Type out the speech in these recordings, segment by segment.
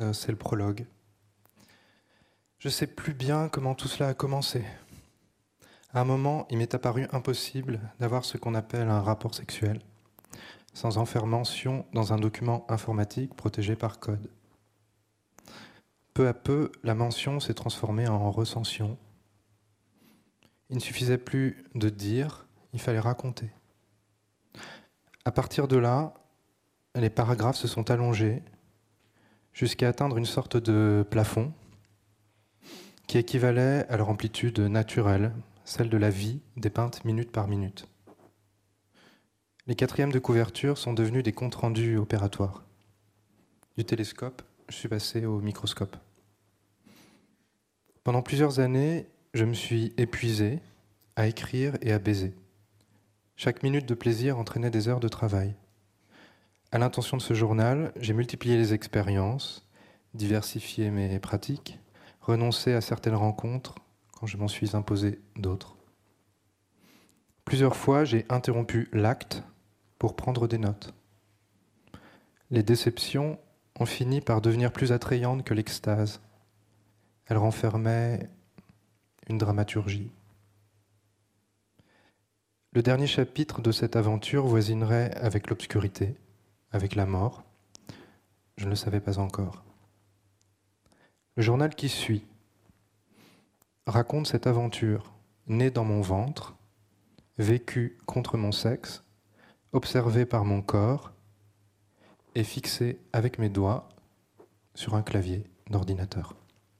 c'est le prologue. Je ne sais plus bien comment tout cela a commencé. À un moment, il m'est apparu impossible d'avoir ce qu'on appelle un rapport sexuel, sans en faire mention dans un document informatique protégé par code. Peu à peu, la mention s'est transformée en recension. Il ne suffisait plus de dire, il fallait raconter. À partir de là, les paragraphes se sont allongés jusqu'à atteindre une sorte de plafond qui équivalait à leur amplitude naturelle, celle de la vie dépeinte minute par minute. Les quatrièmes de couverture sont devenus des comptes rendus opératoires. Du télescope, je suis passé au microscope. Pendant plusieurs années, je me suis épuisé à écrire et à baiser. Chaque minute de plaisir entraînait des heures de travail. À l'intention de ce journal, j'ai multiplié les expériences, diversifié mes pratiques, renoncé à certaines rencontres quand je m'en suis imposé d'autres. Plusieurs fois, j'ai interrompu l'acte pour prendre des notes. Les déceptions ont fini par devenir plus attrayantes que l'extase. Elles renfermaient une dramaturgie. Le dernier chapitre de cette aventure voisinerait avec l'obscurité, avec la mort. Je ne le savais pas encore. Le journal qui suit raconte cette aventure, née dans mon ventre, vécue contre mon sexe, observée par mon corps et fixée avec mes doigts sur un clavier d'ordinateur.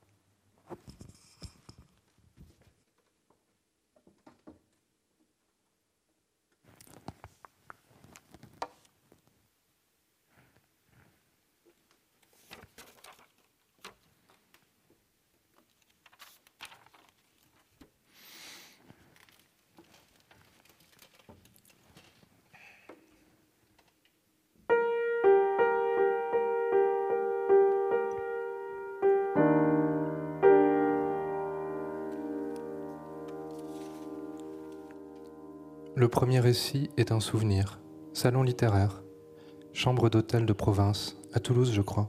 Le premier récit est un souvenir. Salon littéraire, chambre d'hôtel de province, à Toulouse je crois.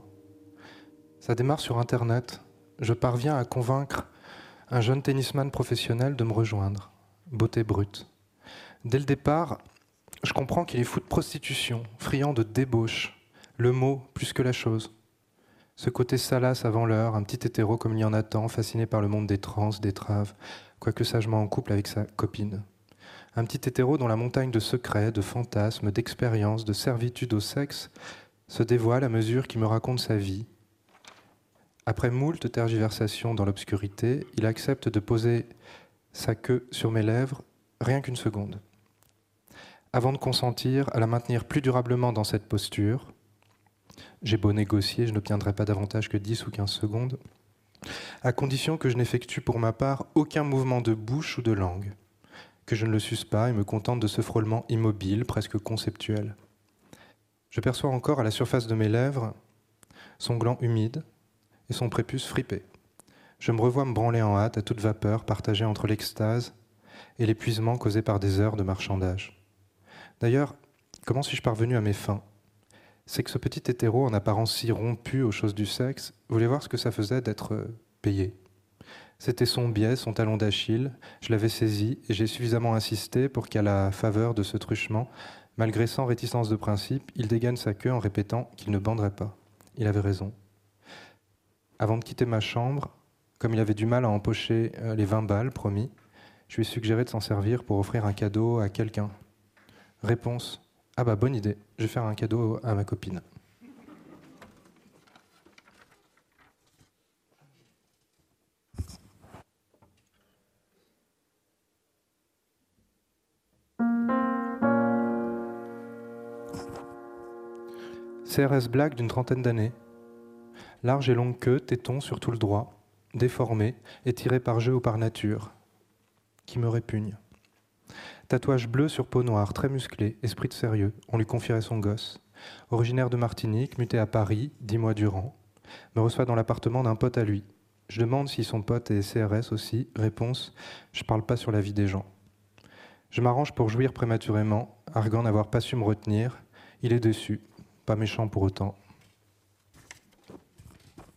Ça démarre sur Internet. Je parviens à convaincre un jeune tennisman professionnel de me rejoindre. Beauté brute. Dès le départ, je comprends qu'il est fou de prostitution, friand de débauche. Le mot plus que la chose. Ce côté salace avant l'heure, un petit hétéro comme il y en a tant, fasciné par le monde des trans, des traves, quoique sagement en couple avec sa copine. Un petit hétéro dont la montagne de secrets, de fantasmes, d'expériences, de servitude au sexe se dévoile à mesure qu'il me raconte sa vie. Après moult tergiversations dans l'obscurité, il accepte de poser sa queue sur mes lèvres rien qu'une seconde. Avant de consentir à la maintenir plus durablement dans cette posture, j'ai beau négocier, je n'obtiendrai pas davantage que 10 ou 15 secondes, à condition que je n'effectue pour ma part aucun mouvement de bouche ou de langue, que je ne le suce pas et me contente de ce frôlement immobile, presque conceptuel. Je perçois encore à la surface de mes lèvres son gland humide et son prépuce fripé. Je me revois me branler en hâte à toute vapeur, partagée entre l'extase et l'épuisement causé par des heures de marchandage. D'ailleurs, comment suis-je parvenu à mes fins ? C'est que ce petit hétéro, en apparence si rompu aux choses du sexe, voulait voir ce que ça faisait d'être payé. C'était son biais, son talon d'Achille, je l'avais saisi et j'ai suffisamment insisté pour qu'à la faveur de ce truchement, malgré sans réticence de principe, il dégaine sa queue en répétant qu'il ne banderait pas. Il avait raison. Avant de quitter ma chambre, comme il avait du mal à empocher les 20 balles promis, je lui ai suggéré de s'en servir pour offrir un cadeau à quelqu'un. Réponse : ah bah bonne idée, je vais faire un cadeau à ma copine. CRS blague d'une trentaine d'années. Large et longue queue, téton sur tout le droit, déformé, étiré par jeu ou par nature, qui me répugne. Tatouage bleu sur peau noire, très musclé, esprit de sérieux, on lui confierait son gosse. Originaire de Martinique, muté à Paris, 10 mois durant, me reçoit dans l'appartement d'un pote à lui. Je demande si son pote est CRS aussi. Réponse : je parle pas sur la vie des gens. Je m'arrange pour jouir prématurément, arguant n'avoir pas su me retenir. Il est déçu, pas méchant pour autant.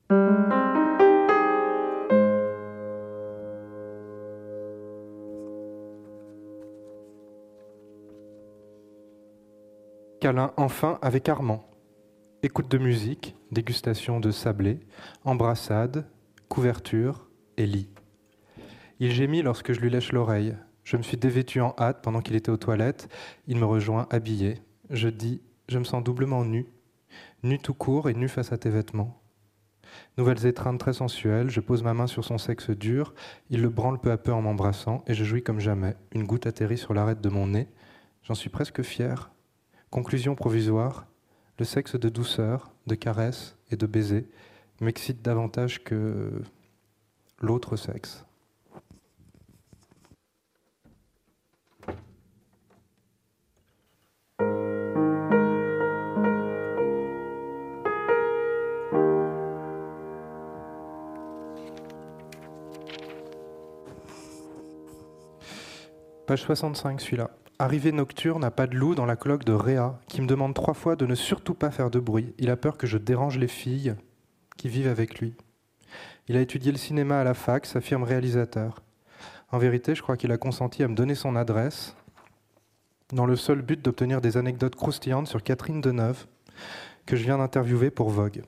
Câlin enfin avec Armand. Écoute de musique, dégustation de sablé, embrassade, couverture et lit. Il gémit lorsque je lui lèche l'oreille. Je me suis dévêtu en hâte pendant qu'il était aux toilettes. Il me rejoint habillé. Je dis, je me sens doublement nu. Nu tout court et nu face à tes vêtements. Nouvelles étreintes très sensuelles, je pose ma main sur son sexe dur, il le branle peu à peu en m'embrassant et je jouis comme jamais. Une goutte atterrit sur l'arête de mon nez. J'en suis presque fier. Conclusion provisoire, le sexe de douceur, de caresse et de baiser m'excite davantage que l'autre sexe. Page 65, celui-là. Arrivée nocturne à pas de loup dans la colloque de Réa, qui me demande 3 fois de ne surtout pas faire de bruit. Il a peur que je dérange les filles qui vivent avec lui. Il a étudié le cinéma à la fac, s'affirme réalisateur. En vérité, je crois qu'il a consenti à me donner son adresse dans le seul but d'obtenir des anecdotes croustillantes sur Catherine Deneuve, que je viens d'interviewer pour Vogue.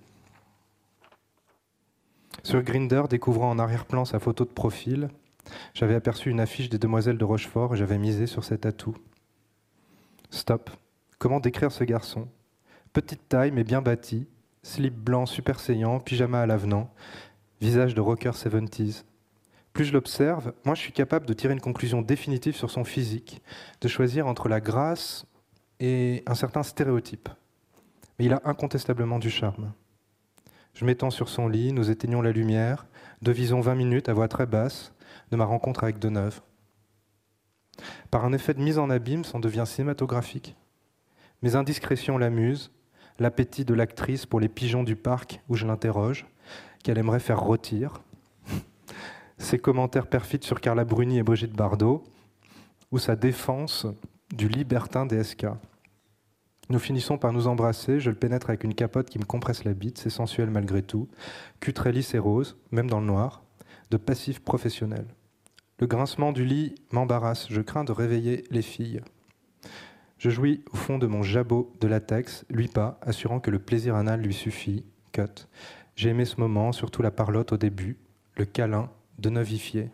Sur Grindr, découvrant en arrière-plan sa photo de profil, j'avais aperçu une affiche des Demoiselles de Rochefort et j'avais misé sur cet atout. Stop. Comment décrire ce garçon ? Petite taille mais bien bâti, slip blanc super saillant, pyjama à l'avenant, visage de rocker 70s. Plus je l'observe, moins je suis capable de tirer une conclusion définitive sur son physique, de choisir entre la grâce et un certain stéréotype. Mais il a incontestablement du charme. Je m'étends sur son lit, nous éteignons la lumière, devisons 20 minutes à voix très basse de ma rencontre avec Deneuve. Par un effet de mise en abîme, ça en devient cinématographique. Mes indiscrétions l'amusent, l'appétit de l'actrice pour les pigeons du parc où je l'interroge, qu'elle aimerait faire rôtir, ses commentaires perfides sur Carla Bruni et Brigitte Bardot, ou sa défense du libertin DSK. Nous finissons par nous embrasser, je le pénètre avec une capote qui me compresse la bite, c'est sensuel malgré tout, cul très lisse et rose, même dans le noir, de passif professionnel. Le grincement du lit m'embarrasse, je crains de réveiller les filles. Je jouis au fond de mon jabot de latex, lui pas, assurant que le plaisir anal lui suffit. Cut. J'ai aimé ce moment, surtout la parlotte au début, le câlin deneuvifié.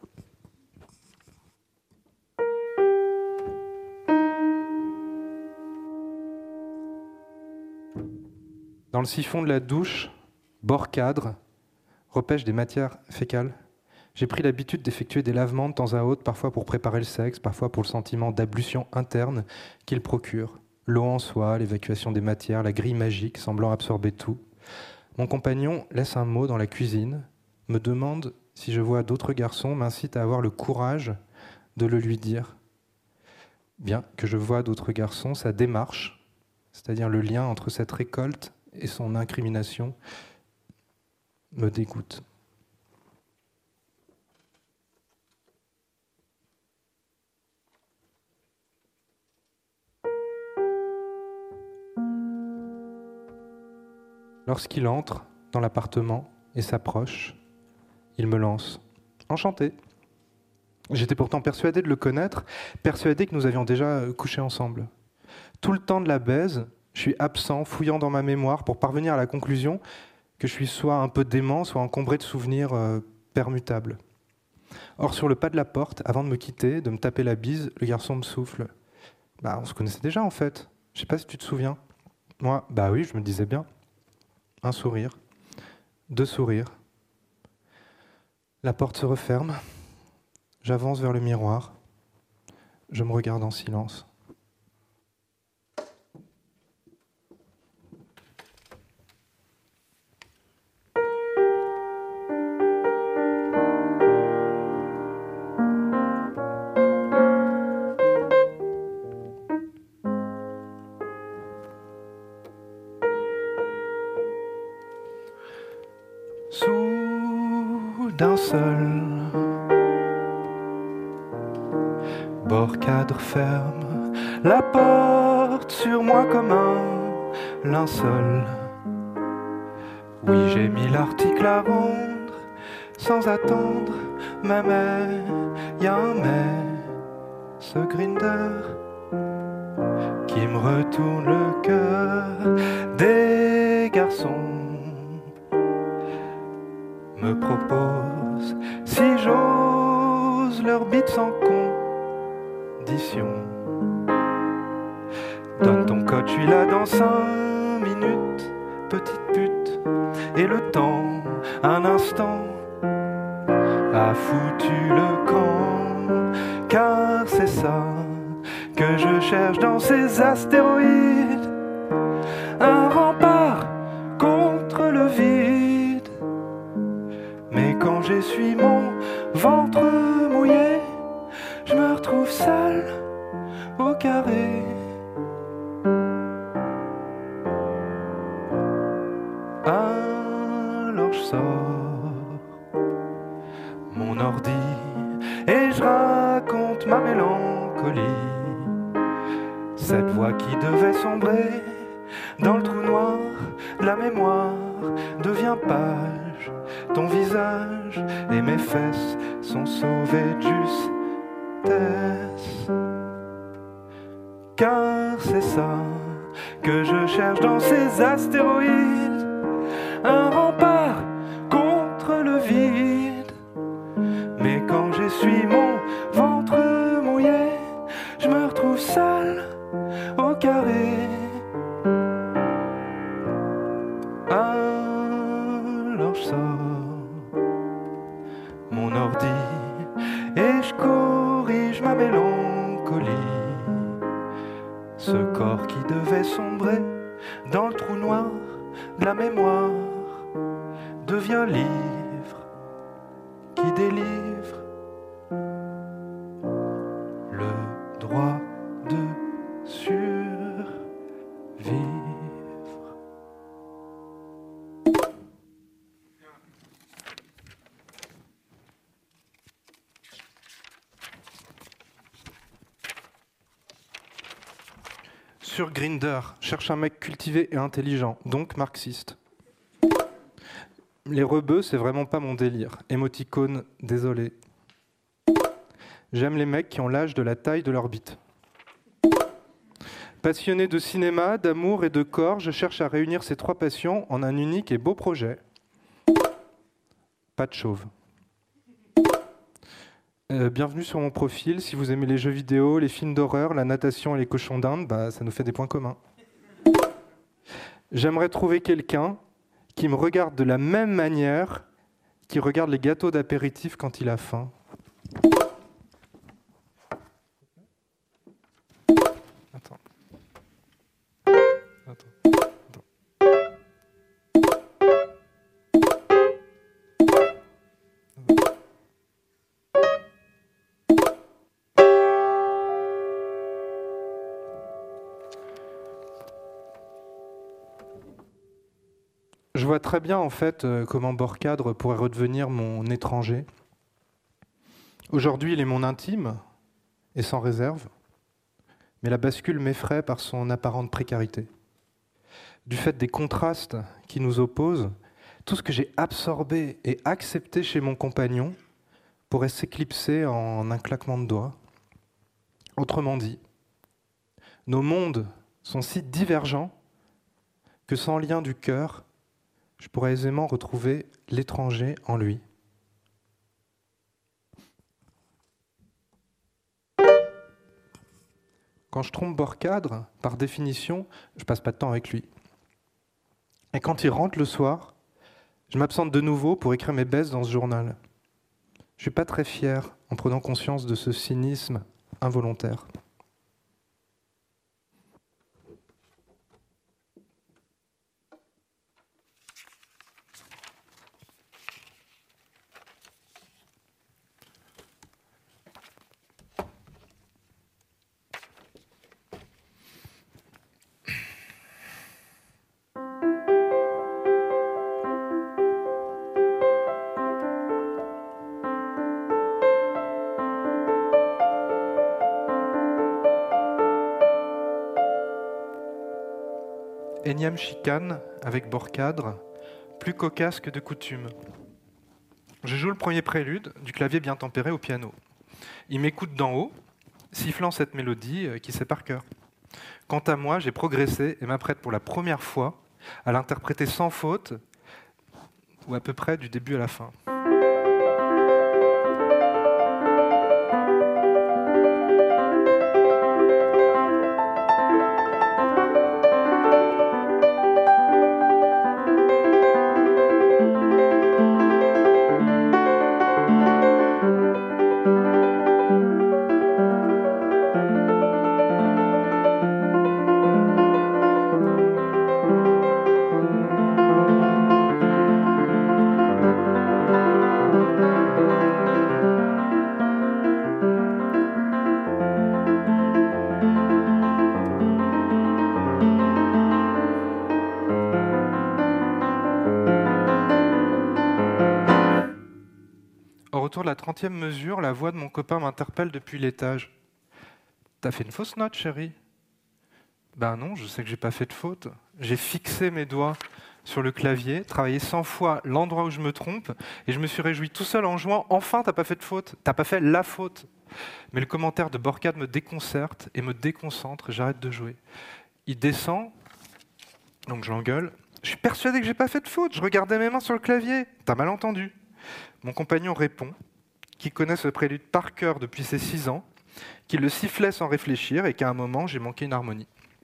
Dans le siphon de la douche, bord cadre, repêche des matières fécales. J'ai pris l'habitude d'effectuer des lavements de temps à autre, parfois pour préparer le sexe, parfois pour le sentiment d'ablution interne qu'il procure. L'eau en soi, l'évacuation des matières, la grille magique semblant absorber tout. Mon compagnon laisse un mot dans la cuisine, me demande si je vois d'autres garçons, m'incite à avoir le courage de le lui dire. Bien que je vois d'autres garçons, sa démarche, c'est-à-dire le lien entre cette récolte et son incrimination, me dégoûte. Lorsqu'il entre dans l'appartement et s'approche, il me lance « Enchanté ». J'étais pourtant persuadé de le connaître, persuadé que nous avions déjà couché ensemble. Tout le temps de la baise, je suis absent, fouillant dans ma mémoire pour parvenir à la conclusion que je suis soit un peu dément, soit encombré de souvenirs permutables. Or, sur le pas de la porte, avant de me quitter, de me taper la bise, le garçon me souffle. « On se connaissait déjà en fait, je sais pas si tu te souviens. » Moi, oui, je me disais bien. Un sourire, 2 sourires. La porte se referme. J'avance vers le miroir. Je me regarde en silence. Soudain seul, bord cadre ferme, la porte sur moi comme un linceul. Oui, j'ai mis l'article à rendre, sans attendre, mais, y a un mais, ce Grindr qui me retourne le cœur. Des garçons me proposent, si j'ose, leur bite sans condition. Donne ton code, je suis là dans 5 minutes, petite pute. Et le temps, un instant, a foutu le camp. Car c'est ça que je cherche dans ces astéroïdes. Un rempart contre le vide. Mais quand j'essuie mon ventre mouillé, je me retrouve seul au carré. Alors je sors mon ordi et je raconte ma mélancolie. Cette voix qui devait sombrer dans le trou noir de la mémoire devient page. Ton visage et mes fesses sont sauvés de justesse. Car c'est ça que je cherche dans ces astéroïdes. Un rempart contre le vide. Mais quand j'essuie mon ventre mouillé, je me retrouve seul au carré. Alors je sors mon ordi et je corrige ma mélancolie. Ce corps qui devait sombrer dans le trou noir de la mémoire devient livre qui délivre le droit de survivre. Sur Grindr, cherche un mec cultivé et intelligent, donc marxiste. Les rebeux, c'est vraiment pas mon délire. Émoticône, désolé. J'aime les mecs qui ont l'âge de la taille de leur bite. Passionné de cinéma, d'amour et de corps, je cherche à réunir ces 3 passions en un unique et beau projet. Pas de chauve. Bienvenue sur mon profil. Si vous aimez les jeux vidéo, les films d'horreur, la natation et les cochons d'Inde, ça nous fait des points communs. J'aimerais trouver quelqu'un qui me regarde de la même manière qu'il regarde les gâteaux d'apéritif quand il a faim. Attends. Je vois très bien en fait comment Borcadre pourrait redevenir mon étranger. Aujourd'hui, il est mon intime et sans réserve, mais la bascule m'effraie par son apparente précarité. Du fait des contrastes qui nous opposent, tout ce que j'ai absorbé et accepté chez mon compagnon pourrait s'éclipser en un claquement de doigts. Autrement dit, nos mondes sont si divergents que sans lien du cœur, je pourrais aisément retrouver l'étranger en lui. Quand je trompe Borcadre, par définition, je passe pas de temps avec lui. Et quand il rentre le soir, je m'absente de nouveau pour écrire mes baisses dans ce journal. Je suis pas très fier en prenant conscience de ce cynisme involontaire. Énième chicane avec Borcadre plus cocasse que de coutume. Je joue le premier prélude du clavier bien tempéré au piano. Il m'écoute d'en haut, sifflant cette mélodie qu'il sait par cœur. Quant à moi, j'ai progressé et m'apprête pour la première fois à l'interpréter sans faute, ou à peu près du début à la fin. Au retour de la 30e mesure, la voix de mon copain m'interpelle depuis l'étage. « T'as fait une fausse note, chérie ?» Ben non, je sais que j'ai pas fait de faute. J'ai fixé mes doigts sur le clavier, travaillé 100 fois l'endroit où je me trompe, et je me suis réjoui tout seul en jouant. Enfin, t'as pas fait de faute. T'as pas fait la faute. Mais le commentaire de Borcade me déconcerte et me déconcentre. J'arrête de jouer. Il descend, donc je l'engueule. Je suis persuadé que j'ai pas fait de faute. Je regardais mes mains sur le clavier. T'as mal entendu. Mon compagnon répond qu'il connaît ce prélude par cœur depuis ses 6 ans, qu'il le sifflait sans réfléchir et qu'à un moment, j'ai manqué une harmonie.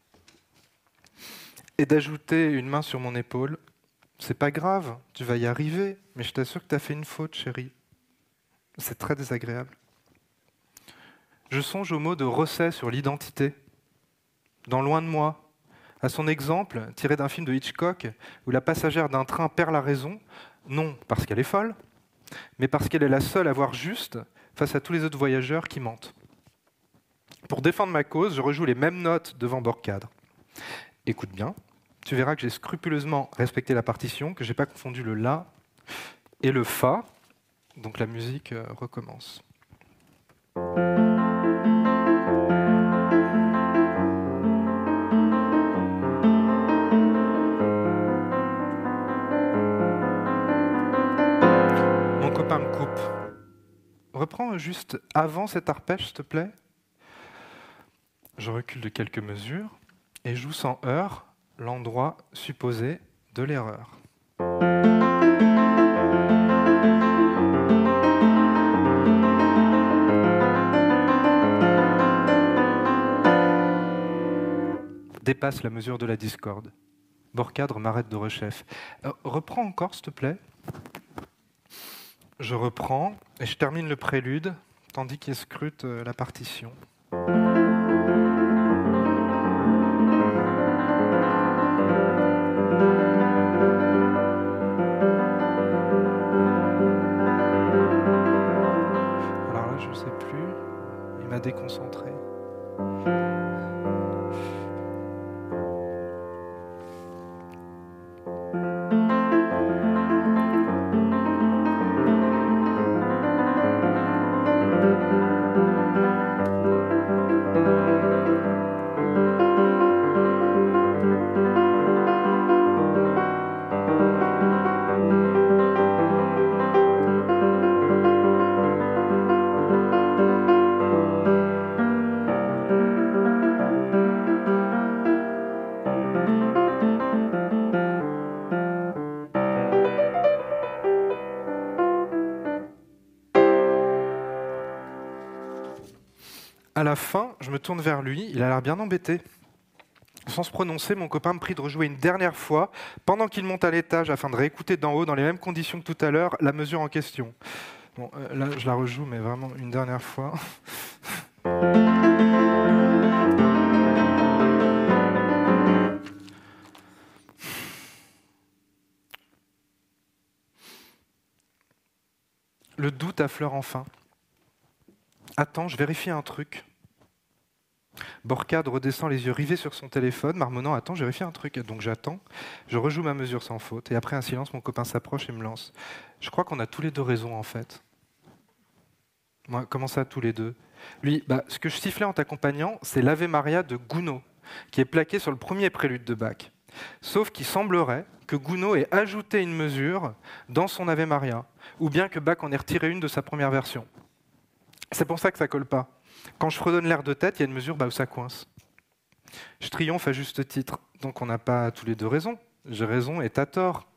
Et d'ajouter une main sur mon épaule, « C'est pas grave, tu vas y arriver, mais je t'assure que t'as fait une faute, chérie. » C'est très désagréable. Je songe au mot de Rosset sur l'identité. Dans Loin de moi, à son exemple, tiré d'un film de Hitchcock, où la passagère d'un train perd la raison, non parce qu'elle est folle, mais parce qu'elle est la seule à voir juste face à tous les autres voyageurs qui mentent. Pour défendre ma cause, je rejoue les mêmes notes devant Borcade. Écoute bien, tu verras que j'ai scrupuleusement respecté la partition, que je n'ai pas confondu le La et le Fa, donc la musique recommence. Mon copain me coupe. Reprends juste avant cet arpège, s'il te plaît. Je recule de quelques mesures et joue sans heurts l'endroit supposé de l'erreur. Dépasse la mesure de la discorde. Borcade m'arrête de rechef. Reprends encore, s'il te plaît. Je reprends et je termine le prélude, tandis qu'il scrute la partition. Alors là, je ne sais plus. Il m'a déconcentré. À la fin, je me tourne vers lui, il a l'air bien embêté. Sans se prononcer, mon copain me prie de rejouer une dernière fois, pendant qu'il monte à l'étage afin de réécouter d'en haut, dans les mêmes conditions que tout à l'heure, la mesure en question. Bon, là, je la rejoue, mais vraiment une dernière fois. Le doute affleure enfin. Attends, je vérifie un truc. Borcade redescend les yeux rivés sur son téléphone, marmonnant « Attends, je vérifie un truc ». Donc j'attends, je rejoue ma mesure sans faute, et après un silence, mon copain s'approche et me lance. Je crois qu'on a tous les deux raison, en fait. Moi, comment ça, tous les deux? Lui, ce que je sifflais en t'accompagnant, c'est l'Ave Maria de Gounod, qui est plaqué sur le premier prélude de Bach. Sauf qu'il semblerait que Gounod ait ajouté une mesure dans son Ave Maria, ou bien que Bach en ait retiré une de sa première version. C'est pour ça que ça colle pas. Quand je fredonne l'air de tête, il y a une mesure où ça coince. Je triomphe à juste titre, donc on n'a pas tous les deux raison. J'ai raison et t'as tort.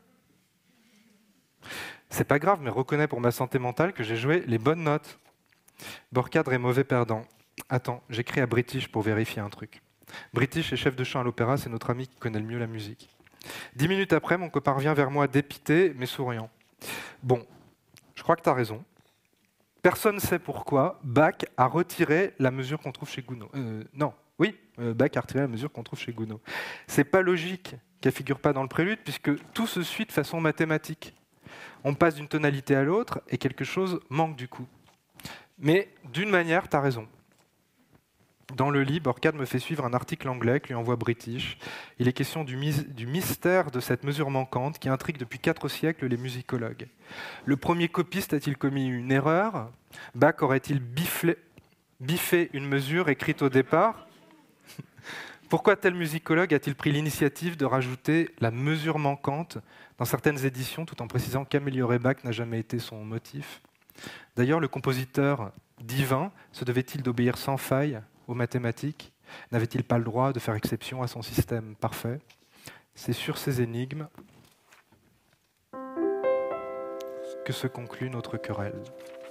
C'est pas grave, mais reconnais pour ma santé mentale que j'ai joué les bonnes notes. Borcadre est mauvais perdant. Attends, j'écris à British pour vérifier un truc. British est chef de chant à l'opéra, c'est notre ami qui connaît le mieux la musique. 10 minutes après, mon copain revient vers moi dépité, mais souriant. Bon, je crois que tu as raison. Personne ne sait pourquoi Bach a retiré la mesure qu'on trouve chez Gounod. Bach a retiré la mesure qu'on trouve chez Gounod. C'est pas logique qu'elle figure pas dans le prélude, puisque tout se suit de façon mathématique. On passe d'une tonalité à l'autre et quelque chose manque du coup. Mais d'une manière, tu as raison. Dans le lit, Borcadre me fait suivre un article anglais que lui envoie British. Il est question du mystère de cette mesure manquante qui intrigue depuis 4 siècles les musicologues. Le premier copiste a-t-il commis une erreur? Bach aurait-il biffé une mesure écrite au départ? Pourquoi tel musicologue a-t-il pris l'initiative de rajouter la mesure manquante dans certaines éditions, tout en précisant qu'améliorer Bach n'a jamais été son motif? D'ailleurs, le compositeur divin se devait-il d'obéir sans faille aux mathématiques? N'avait-il pas le droit de faire exception à son système parfait? C'est sur ces énigmes que se conclut notre querelle.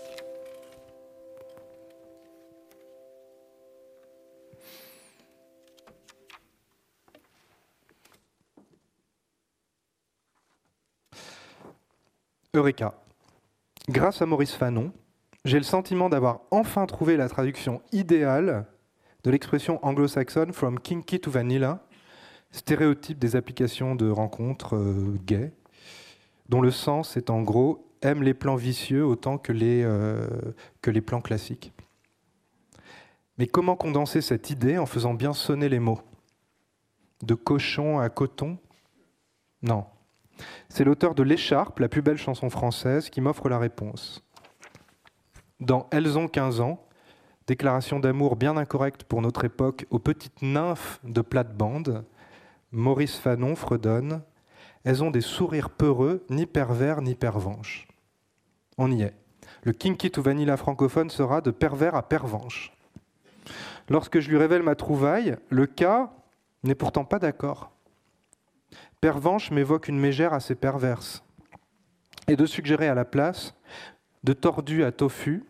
Eureka. Grâce à Maurice Fanon, j'ai le sentiment d'avoir enfin trouvé la traduction idéale de l'expression anglo-saxonne « from kinky to vanilla », stéréotype des applications de rencontres gays, dont le sens est en gros « aime les plans vicieux autant que les plans classiques ». Mais comment condenser cette idée en faisant bien sonner les mots? De cochon à coton? Non. C'est l'auteur de L'Écharpe, la plus belle chanson française, qui m'offre la réponse. Dans Elles ont 15 ans, déclaration d'amour bien incorrecte pour notre époque aux petites nymphes de plate-bande, Maurice Fanon fredonne « Elles ont des sourires peureux, ni pervers, ni pervenches ». On y est. Le kinky to vanilla francophone sera de pervers à pervenche. Lorsque je lui révèle ma trouvaille, le cas n'est pourtant pas d'accord. Pervenche m'évoque une mégère assez perverse. Et de suggérer à la place de tordu à tofu,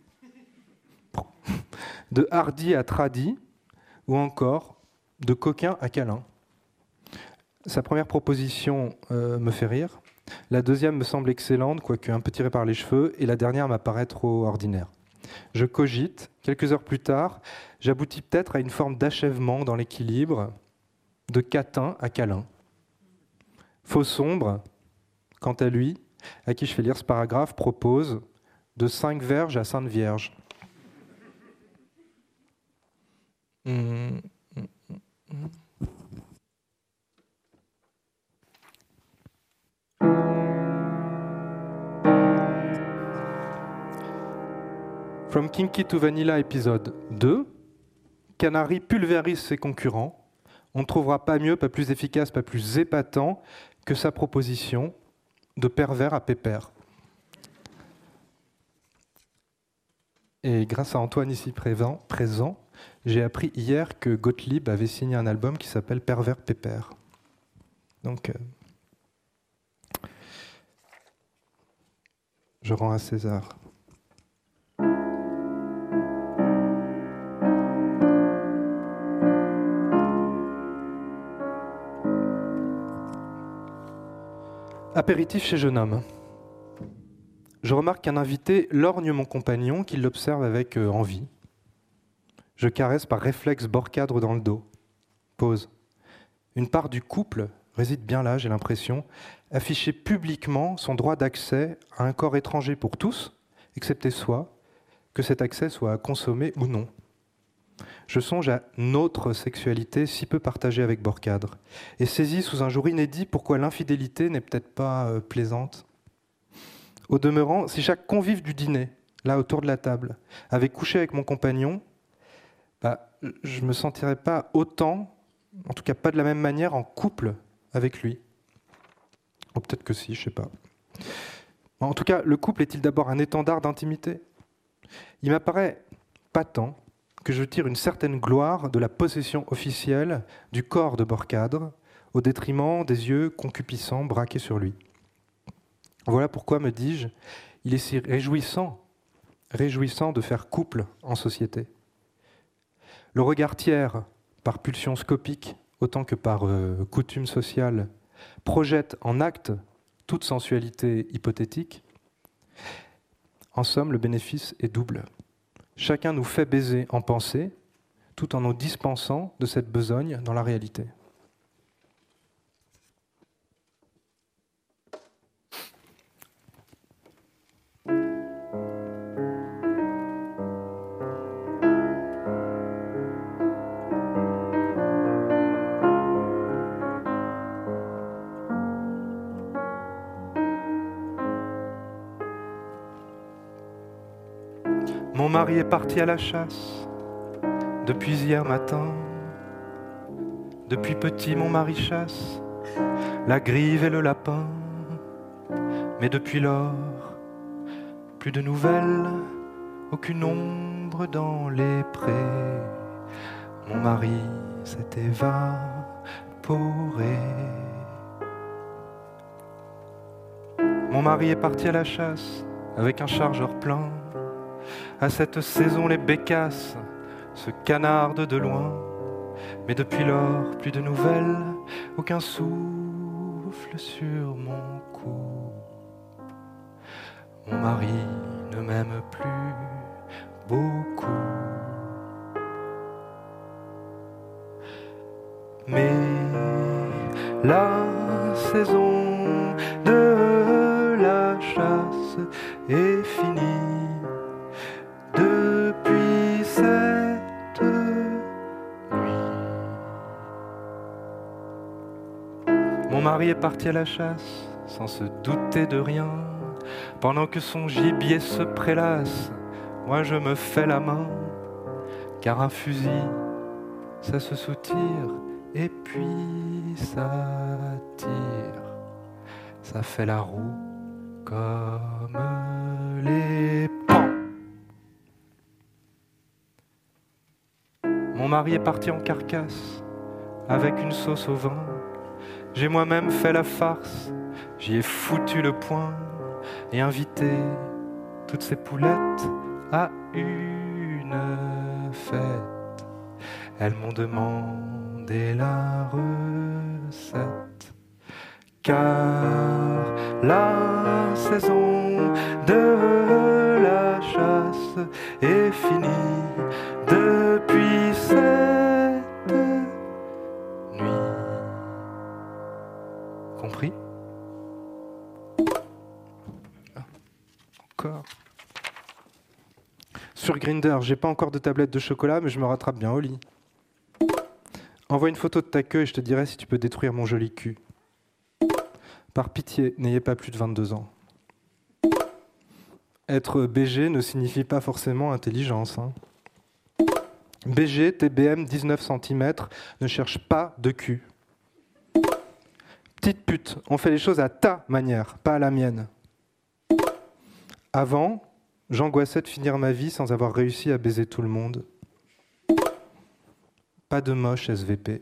de hardi à tradi, ou encore de coquin à câlin. Sa première proposition me fait rire. La deuxième me semble excellente, quoique un peu tirée par les cheveux, et la dernière m'apparaît trop ordinaire. Je cogite. Quelques heures plus tard, j'aboutis peut-être à une forme d'achèvement dans l'équilibre, de catin à câlin. Faux sombre, quant à lui, à qui je fais lire ce paragraphe, propose de 5 verges à Sainte Vierge. From Kinky to Vanilla épisode 2, Canary pulvérise ses concurrents. On ne trouvera pas mieux, pas plus efficace, pas plus épatant que sa proposition de pervers à pépère. Et grâce à Antoine ici présent, j'ai appris hier que Gottlieb avait signé un album qui s'appelle Pervers Pépère. Donc, je rends à César. Apéritif chez jeune homme. Je remarque qu'un invité lorgne mon compagnon, qui l'observe avec envie. Je caresse par réflexe Borcadre dans le dos. Pause. Une part du couple réside bien là, j'ai l'impression, afficher publiquement son droit d'accès à un corps étranger pour tous, excepté soi, que cet accès soit consommé ou non. Je songe à notre sexualité si peu partagée avec Borcadre, et saisis sous un jour inédit pourquoi l'infidélité n'est peut-être pas plaisante. Au demeurant, si chaque convive du dîner, là autour de la table, avait couché avec mon compagnon, je ne me sentirais pas autant, en tout cas pas de la même manière, en couple avec lui. Ou peut-être que si, je ne sais pas. En tout cas, le couple est-il d'abord un étendard d'intimité ? Il m'apparaît patent que je tire une certaine gloire de la possession officielle du corps de Borcadre, au détriment des yeux concupiscents braqués sur lui. Voilà pourquoi, me dis-je, il est si réjouissant de faire couple en société. Le regard tiers, par pulsion scopique, autant que par coutume sociale, projette en acte toute sensualité hypothétique. En somme, le bénéfice est double. Chacun nous fait baiser en pensée, tout en nous dispensant de cette besogne dans la réalité. Mon mari est parti à la chasse depuis hier matin. Depuis petit, mon mari chasse la grive et le lapin. Mais depuis lors, plus de nouvelles, aucune ombre dans les prés. Mon mari s'est évaporé. Mon mari est parti à la chasse avec un chargeur plein. À cette saison, les bécasses se canardent de loin. Mais depuis lors, plus de nouvelles, aucun souffle sur mon cou. Mon mari ne m'aime plus beaucoup. Mais la saison de la chasse est finie. Depuis cette nuit, mon mari est parti à la chasse sans se douter de rien. Pendant que son gibier se prélasse, moi je me fais la main. Car un fusil, ça se soutire et puis ça tire. Ça fait la roue comme les pans. Mon mari est parti en carcasse, avec une sauce au vin. J'ai moi-même fait la farce, j'y ai foutu le poing, et invité toutes ces poulettes à une fête. Elles m'ont demandé la recette, car la saison de la chasse est finie. Depuis cette nuit. Compris ? Encore. Sur Grindr, j'ai pas encore de tablette de chocolat, mais je me rattrape bien au lit. Envoie une photo de ta queue et je te dirai si tu peux détruire mon joli cul. Par pitié, n'ayez pas plus de 22 ans. Être BG ne signifie pas forcément intelligence. Hein. BG, TBM, 19 cm, ne cherche pas de cul. Petite pute, on fait les choses à ta manière, pas à la mienne. Avant, j'angoissais de finir ma vie sans avoir réussi à baiser tout le monde. Pas de moche SVP.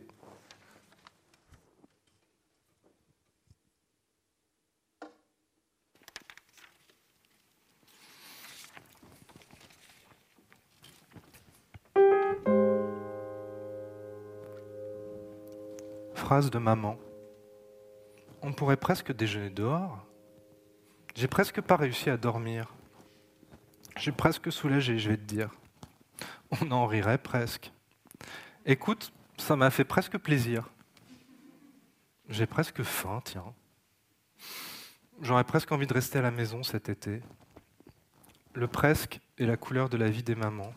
Phrase de maman. On pourrait presque déjeuner dehors. J'ai presque pas réussi à dormir. Je suis presque soulagé, je vais te dire. On en rirait presque. Écoute, ça m'a fait presque plaisir. J'ai presque faim, tiens. J'aurais presque envie de rester à la maison cet été. Le presque est la couleur de la vie des mamans.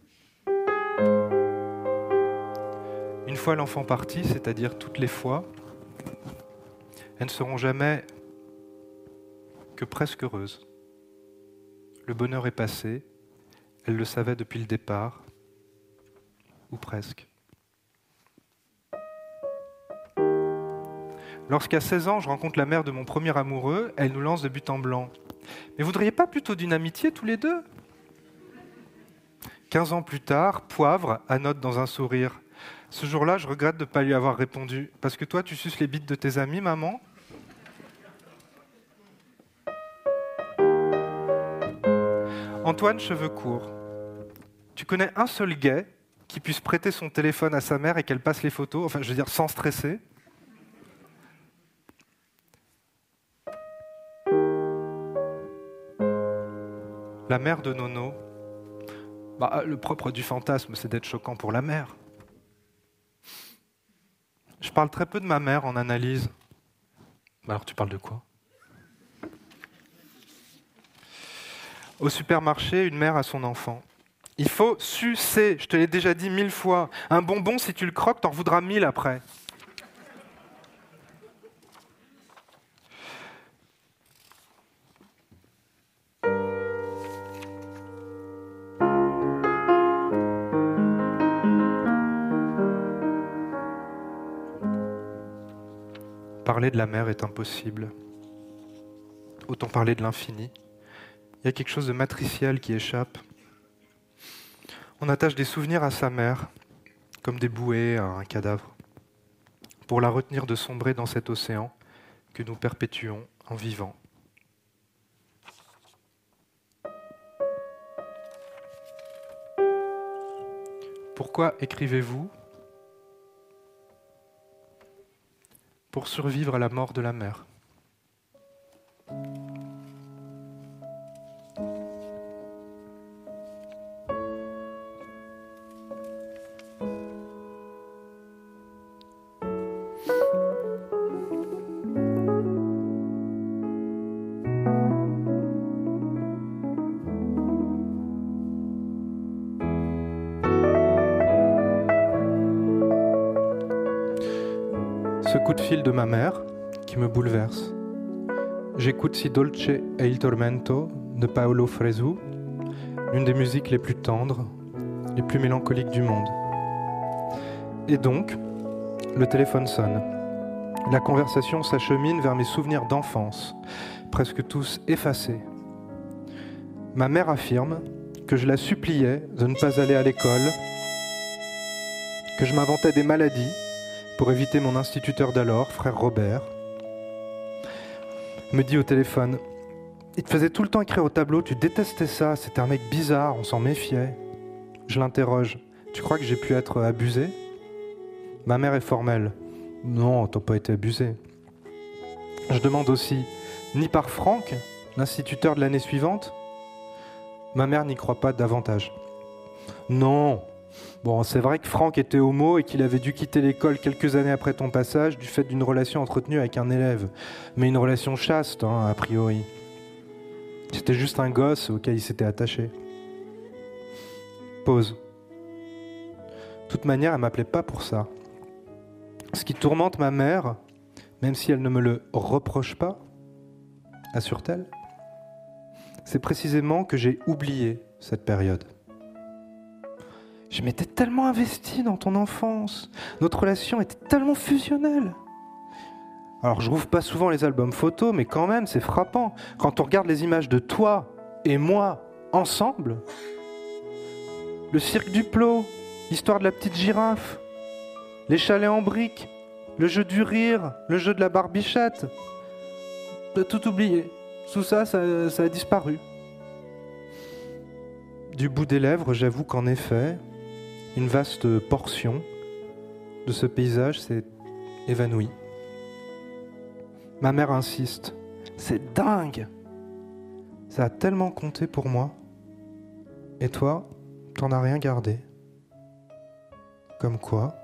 Une fois l'enfant parti, c'est-à-dire toutes les fois, elles ne seront jamais que presque heureuses. Le bonheur est passé, elles le savaient depuis le départ, ou presque. Lorsqu'à 16 ans, je rencontre la mère de mon premier amoureux, elle nous lance de but en blanc. Mais vous voudriez pas plutôt d'une amitié tous les deux ? 15 ans plus tard, Poivre annote dans un sourire. Ce jour-là, je regrette de ne pas lui avoir répondu. Parce que toi, tu suces les bites de tes amis, maman ? Antoine, cheveux courts. Tu connais un seul gay qui puisse prêter son téléphone à sa mère et qu'elle passe les photos, enfin, je veux dire, sans stresser ? La mère de Nono. Le propre du fantasme, c'est d'être choquant pour la mère. Je parle très peu de ma mère en analyse. Alors tu parles de quoi ? Au supermarché, une mère a son enfant. Il faut sucer, je te l'ai déjà dit 1000 fois. Un bonbon, si tu le croques, t'en voudras 1000 après. Parler de la mer est impossible. Autant parler de l'infini. Il y a quelque chose de matriciel qui échappe. On attache des souvenirs à sa mère, comme des bouées à un cadavre, pour la retenir de sombrer dans cet océan que nous perpétuons en vivant. Pourquoi écrivez-vous ? Pour survivre à la mort de la mer. Ce coup de fil de ma mère qui me bouleverse. J'écoute Si dolce e il tormento de Paolo Fresu, l'une des musiques les plus tendres, les plus mélancoliques du monde. Et donc, le téléphone sonne. La conversation s'achemine vers mes souvenirs d'enfance, presque tous effacés. Ma mère affirme que je la suppliais de ne pas aller à l'école, que je m'inventais des maladies pour éviter mon instituteur d'alors, frère Robert. Me dit au téléphone, il te faisait tout le temps écrire au tableau, tu détestais ça, c'était un mec bizarre, on s'en méfiait. Je l'interroge, tu crois que j'ai pu être abusé ? Ma mère est formelle, non, t'as pas été abusé. Je demande aussi, ni par Franck, l'instituteur de l'année suivante ? Ma mère n'y croit pas davantage. Non. Bon, c'est vrai que Franck était homo et qu'il avait dû quitter l'école quelques années après ton passage du fait d'une relation entretenue avec un élève. Mais une relation chaste, a priori. C'était juste un gosse auquel il s'était attaché. Pause. De toute manière, elle m'appelait pas pour ça. Ce qui tourmente ma mère, même si elle ne me le reproche pas, assure-t-elle, c'est précisément que j'ai oublié cette période. Je m'étais tellement investi dans ton enfance. Notre relation était tellement fusionnelle. Alors, je rouvre pas souvent les albums photos, mais quand même, c'est frappant. Quand on regarde les images de toi et moi ensemble, le cirque du Plot, l'histoire de la petite girafe, les chalets en briques, le jeu du rire, le jeu de la barbichette. T'as tout oublié. Tout ça, ça a disparu. Du bout des lèvres, j'avoue qu'en effet, une vaste portion de ce paysage s'est évanouie. Ma mère insiste. C'est dingue! Ça a tellement compté pour moi. Et toi, t'en as rien gardé. Comme quoi?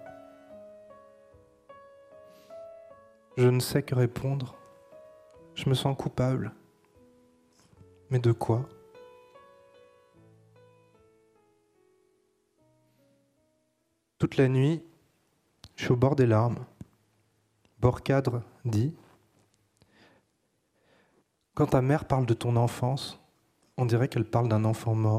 Je ne sais que répondre. Je me sens coupable. Mais de quoi? Toute la nuit, je suis au bord des larmes. Borcadre dit « Quand ta mère parle de ton enfance, on dirait qu'elle parle d'un enfant mort. »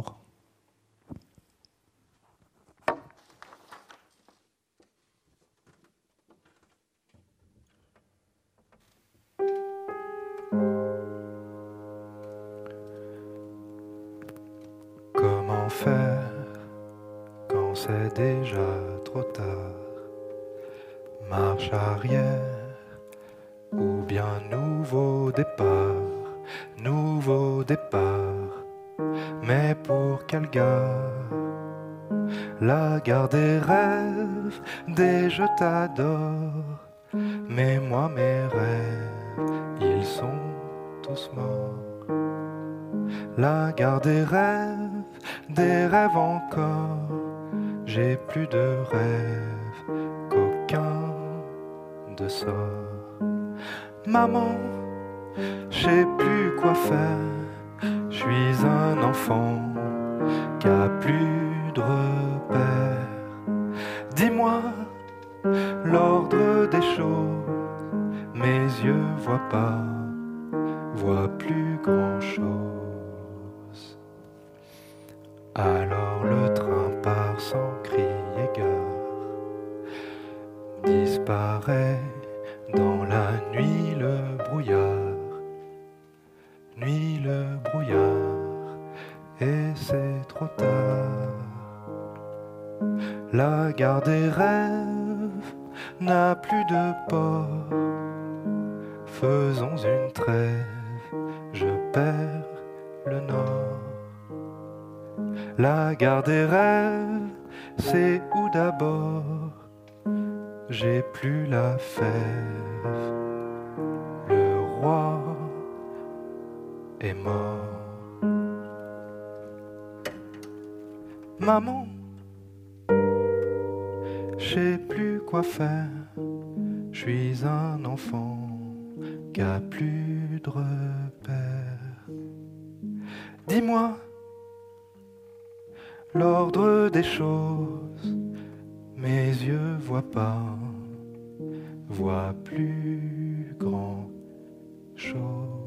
faire quand c'est déjà trop tard? Marche arrière ou bien nouveau départ, mais pour quelle gare? La gare des rêves, des je t'adore, mais moi mes rêves, ils sont tous morts. La gare des rêves encore, j'ai plus de rêves qu'aucun de sort. Maman, je sais plus quoi faire, je suis un enfant qui a plus de repères. Dis-moi l'ordre des choses, mes yeux voient pas, voient plus grand chose. Alors le train part sans cri et gare, disparaît dans la nuit le brouillard, et c'est trop tard. La gare des rêves n'a plus de port, faisons une trêve, je perds le nord. La gare des rêves, c'est où d'abord? J'ai plus la fève, le roi est mort. Maman, je sais plus quoi faire, je suis un enfant qui a plus de repères. Dis-moi l'ordre des choses, mes yeux voient pas, voient plus grand chose.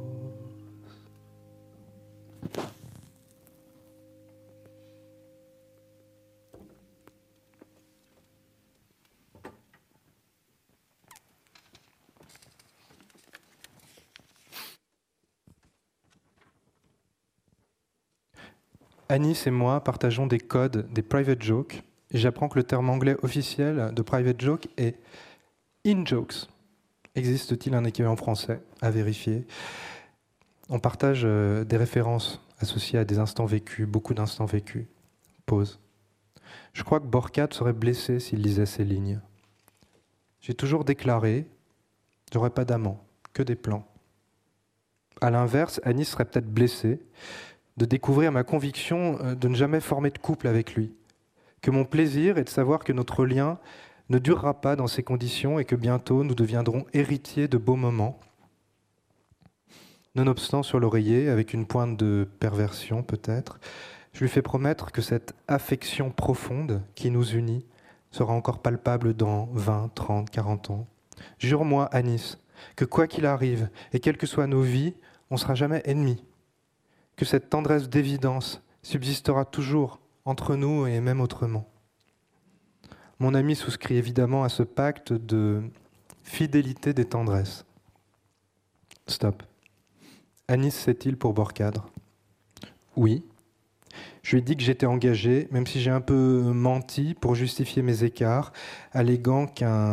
Anis et moi partageons des codes, des private jokes, et j'apprends que le terme anglais officiel de private joke est in-jokes. Existe-t-il un équivalent français? À vérifier. On partage des références associées à des instants vécus, beaucoup d'instants vécus. Pause. Je crois que Borcade serait blessé s'il lisait ces lignes. J'ai toujours déclaré, j'aurais pas d'amant, que des plans. À l'inverse, Anis serait peut-être blessée de découvrir ma conviction de ne jamais former de couple avec lui, que mon plaisir est de savoir que notre lien ne durera pas dans ces conditions et que bientôt nous deviendrons héritiers de beaux moments. Nonobstant sur l'oreiller, avec une pointe de perversion peut-être, je lui fais promettre que cette affection profonde qui nous unit sera encore palpable dans 20, 30, 40 ans. Jure-moi, Anis, que quoi qu'il arrive, et quelles que soient nos vies, on ne sera jamais ennemis. Que cette tendresse d'évidence subsistera toujours entre nous et même autrement. Mon ami souscrit évidemment à ce pacte de fidélité des tendresses. Stop. Anis sait-il pour Borcadre? Oui. Je lui ai dit que j'étais engagé, même si j'ai un peu menti pour justifier mes écarts, alléguant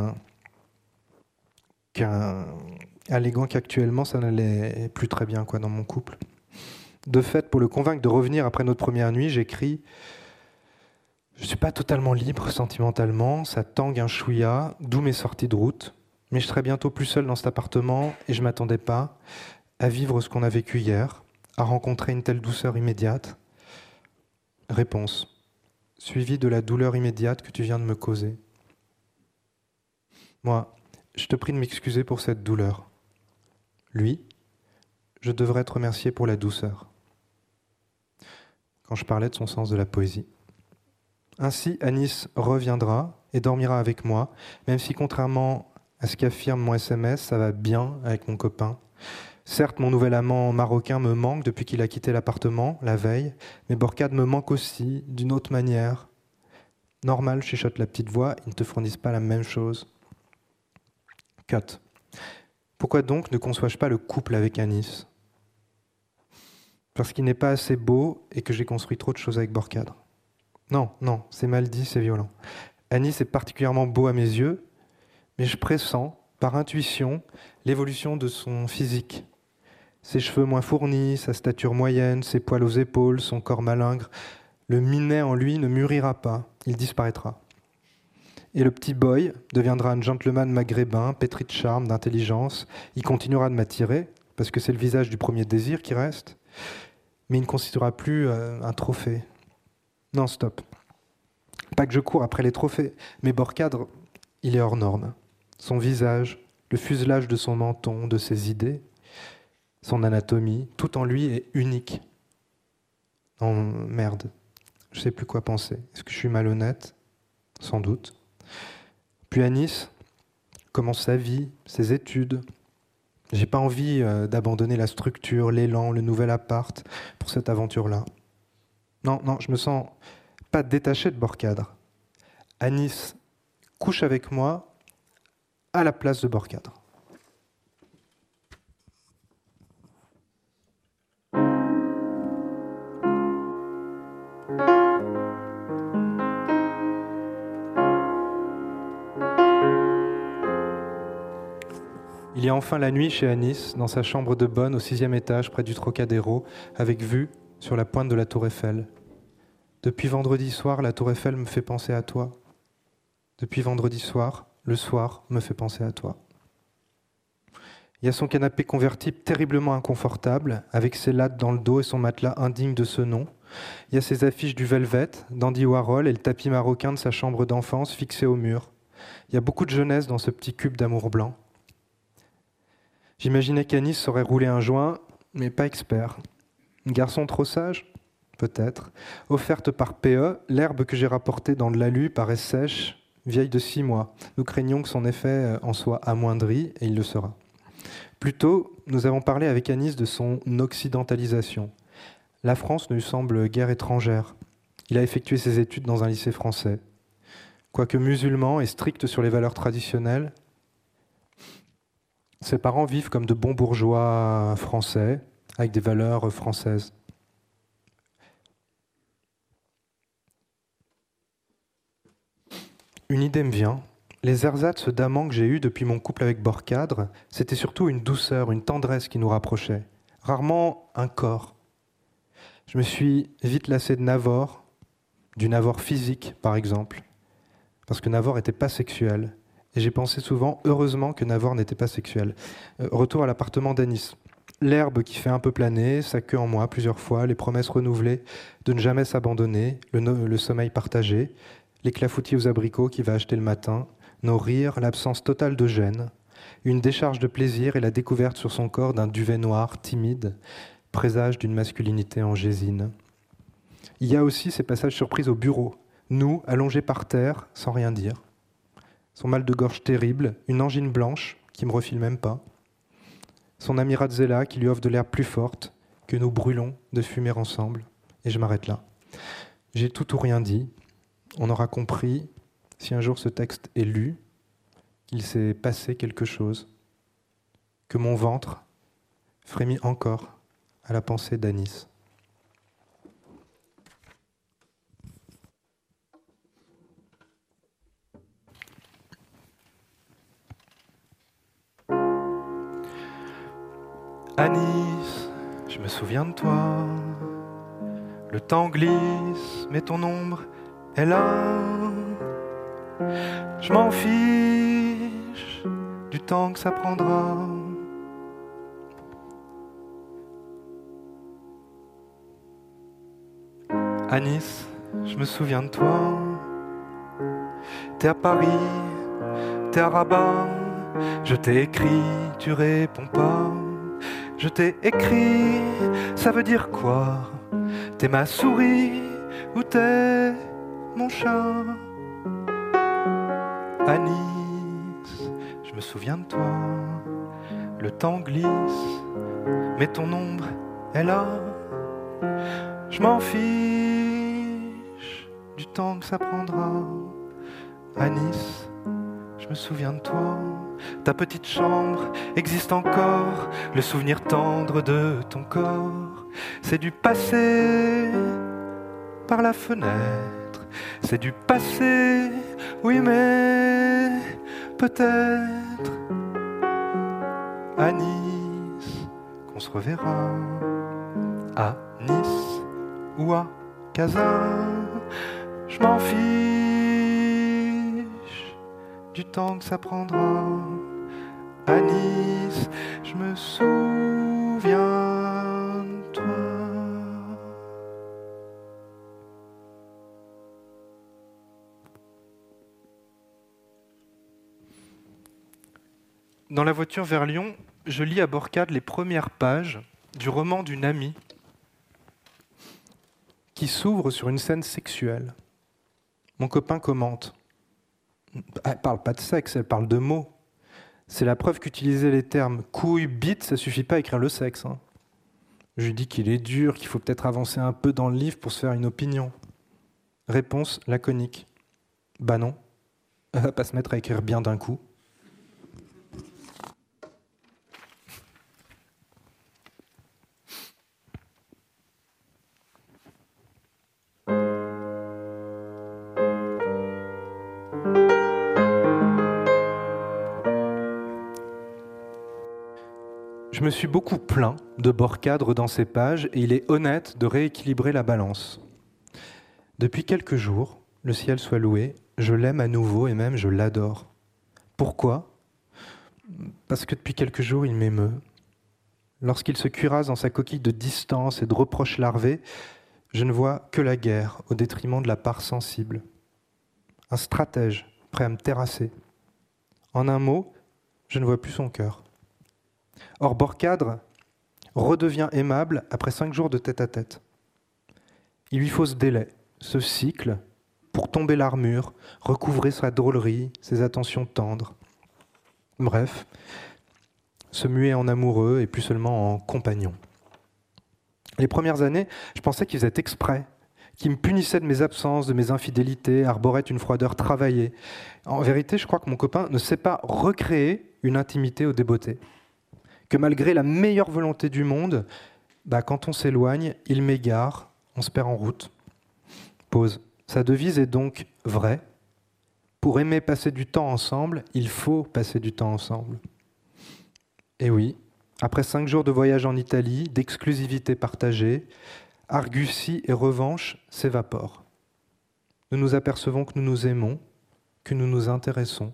qu'actuellement ça n'allait plus très bien dans mon couple. De fait, pour le convaincre de revenir après notre première nuit, j'écris « Je ne suis pas totalement libre sentimentalement, ça tangue un chouïa, d'où mes sorties de route, mais je serai bientôt plus seul dans cet appartement et je ne m'attendais pas à vivre ce qu'on a vécu hier, à rencontrer une telle douceur immédiate. » Réponse, suivie de la douleur immédiate que tu viens de me causer. Moi, je te prie de m'excuser pour cette douleur. Lui, je devrais te remercier pour la douceur. Quand je parlais de son sens de la poésie. Ainsi, Anis reviendra et dormira avec moi, même si contrairement à ce qu'affirme mon SMS, ça va bien avec mon copain. Certes, mon nouvel amant marocain me manque depuis qu'il a quitté l'appartement la veille, mais Borcade me manque aussi d'une autre manière. Normal, chuchote la petite voix, ils ne te fournissent pas la même chose. Cut. Pourquoi donc ne conçois-je pas le couple avec Anis ? Parce qu'il n'est pas assez beau et que j'ai construit trop de choses avec Borcadre. Non, non, c'est mal dit, c'est violent. Anis est particulièrement beau à mes yeux, mais je pressens, par intuition, l'évolution de son physique. Ses cheveux moins fournis, sa stature moyenne, ses poils aux épaules, son corps malingre. Le minet en lui ne mûrira pas, il disparaîtra. Et le petit boy deviendra un gentleman maghrébin, pétri de charme, d'intelligence. Il continuera de m'attirer, parce que c'est le visage du premier désir qui reste, mais il ne constituera plus un trophée. Non, stop. Pas que je cours après les trophées, mais Borcadre, il est hors norme. Son visage, le fuselage de son menton, de ses idées, son anatomie, tout en lui est unique. Non, merde, je sais plus quoi penser. Est-ce que je suis malhonnête ? Sans doute. Puis à Nice, commence sa vie, ses études. J'ai pas envie d'abandonner la structure, l'élan, le nouvel appart pour cette aventure-là. Non, non, je me sens pas détaché de Borcadre. Anis couche avec moi à la place de Borcadre. Il y a enfin la nuit chez Anis, dans sa chambre de bonne au 6e étage, près du Trocadéro, avec vue sur la pointe de la Tour Eiffel. Depuis vendredi soir, la Tour Eiffel me fait penser à toi. Depuis vendredi soir, le soir me fait penser à toi. Il y a son canapé convertible terriblement inconfortable, avec ses lattes dans le dos et son matelas indigne de ce nom. Il y a ses affiches du Velvet, d'Andy Warhol et le tapis marocain de sa chambre d'enfance fixé au mur. Il y a beaucoup de jeunesse dans ce petit cube d'amour blanc. J'imaginais qu'Anis saurait rouler un joint, mais pas expert. Un garçon trop sage ? Peut-être. Offerte par PE, l'herbe que j'ai rapportée dans de l'alu paraît sèche, vieille de 6 mois. Nous craignons que son effet en soit amoindri, et il le sera. Plus tôt, nous avons parlé avec Anis de son occidentalisation. La France ne lui semble guère étrangère. Il a effectué ses études dans un lycée français. Quoique musulman et strict sur les valeurs traditionnelles, ses parents vivent comme de bons bourgeois français, avec des valeurs françaises. Une idée me vient. Les ersatz d'amants que j'ai eus depuis mon couple avec Borcadre, c'était surtout une douceur, une tendresse qui nous rapprochait. Rarement un corps. Je me suis vite lassé de Navor, du Navor physique par exemple, parce que Navor n'était pas sexuel. Et j'ai pensé souvent, heureusement que Navor n'était pas sexuel. Retour à l'appartement d'Anis. L'herbe qui fait un peu planer, sa queue en moi plusieurs fois, les promesses renouvelées de ne jamais s'abandonner, le sommeil partagé, les clafoutis aux abricots qu'il va acheter le matin, nos rires, l'absence totale de gêne, une décharge de plaisir et la découverte sur son corps d'un duvet noir timide, présage d'une masculinité en gésine. Il y a aussi ces passages surprises au bureau, nous, allongés par terre, sans rien dire. Son mal de gorge terrible, une angine blanche qui me refile même pas. Son ami Radzella qui lui offre de l'herbe plus forte, que nous brûlons de fumer ensemble. Et je m'arrête là. J'ai tout ou rien dit. On aura compris, si un jour ce texte est lu, qu'il s'est passé quelque chose, que mon ventre frémit encore à la pensée d'Anis. Anis, je me souviens de toi. Le temps glisse, mais ton ombre est là. Je m'en fiche du temps que ça prendra. Anis, je me souviens de toi. T'es à Paris, t'es à Rabat. Je t'ai écrit, tu réponds pas. Je t'ai écrit, ça veut dire quoi? T'es ma souris ou t'es mon chat? Anis, je me souviens de toi. Le temps glisse, mais ton ombre est là. Je m'en fiche du temps que ça prendra. Anis, je me souviens de toi. Ta petite chambre existe encore, le souvenir tendre de ton corps. C'est du passé par la fenêtre c'est du passé, oui mais peut-être à Nice qu'on se reverra, à Nice ou à Kazan, je m'en fiche du temps que ça prendra. À Nice, je me souviens de toi. Dans la voiture vers Lyon, je lis à Borcade les premières pages du roman d'une amie qui s'ouvre sur une scène sexuelle. Mon copain commente. Elle parle pas de sexe, elle parle de mots. C'est la preuve qu'utiliser les termes couille, bite, ça suffit pas à écrire le sexe. Hein. Je lui dis qu'il est dur, qu'il faut peut-être avancer un peu dans le livre pour se faire une opinion. Réponse laconique. Bah non, elle va pas se mettre à écrire bien d'un coup. Je me suis beaucoup plaint de Borcadre dans ces pages et il est honnête de rééquilibrer la balance. Depuis quelques jours, le ciel soit loué, je l'aime à nouveau et même je l'adore. Pourquoi ? Parce que depuis quelques jours, il m'émeut. Lorsqu'il se cuirasse dans sa coquille de distance et de reproches larvés, je ne vois que la guerre au détriment de la part sensible. Un stratège prêt à me terrasser. En un mot, je ne vois plus son cœur. Or, Borcadre redevient aimable après 5 jours de tête-à-tête. Il lui faut ce délai, ce cycle, pour tomber l'armure, recouvrer sa drôlerie, ses attentions tendres. Bref, se muer en amoureux et plus seulement en compagnon. Les premières années, je pensais qu'il faisait exprès, qu'il me punissait de mes absences, de mes infidélités, arborait une froideur travaillée. En vérité, je crois que mon copain ne sait pas recréer une intimité au débeauté. Que malgré la meilleure volonté du monde, quand on s'éloigne, il m'égare, on se perd en route. Pause. Sa devise est donc vraie. Pour aimer passer du temps ensemble, il faut passer du temps ensemble. Et oui, après 5 jours de voyage en Italie, d'exclusivité partagée, argutie et revanche s'évaporent. Nous nous apercevons que nous nous aimons, que nous nous intéressons.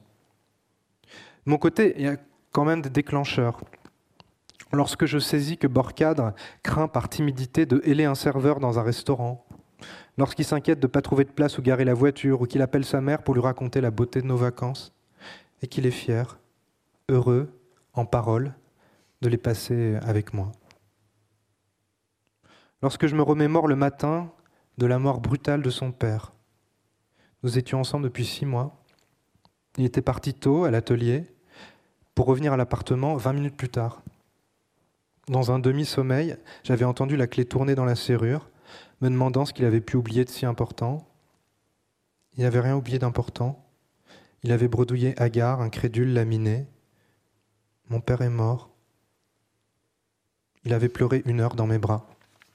De mon côté, il y a quand même des déclencheurs. Lorsque je saisis que Borcadre craint par timidité de héler un serveur dans un restaurant, lorsqu'il s'inquiète de ne pas trouver de place où garer la voiture, ou qu'il appelle sa mère pour lui raconter la beauté de nos vacances, et qu'il est fier, heureux, en paroles, de les passer avec moi. Lorsque je me remémore le matin de la mort brutale de son père, nous étions ensemble depuis 6 mois, il était parti tôt à l'atelier pour revenir à l'appartement 20 minutes plus tard. Dans un demi-sommeil, j'avais entendu la clé tourner dans la serrure, me demandant ce qu'il avait pu oublier de si important. Il n'avait rien oublié d'important. Il avait bredouillé hagard, incrédule, laminé. Mon père est mort. Il avait pleuré 1 heure dans mes bras.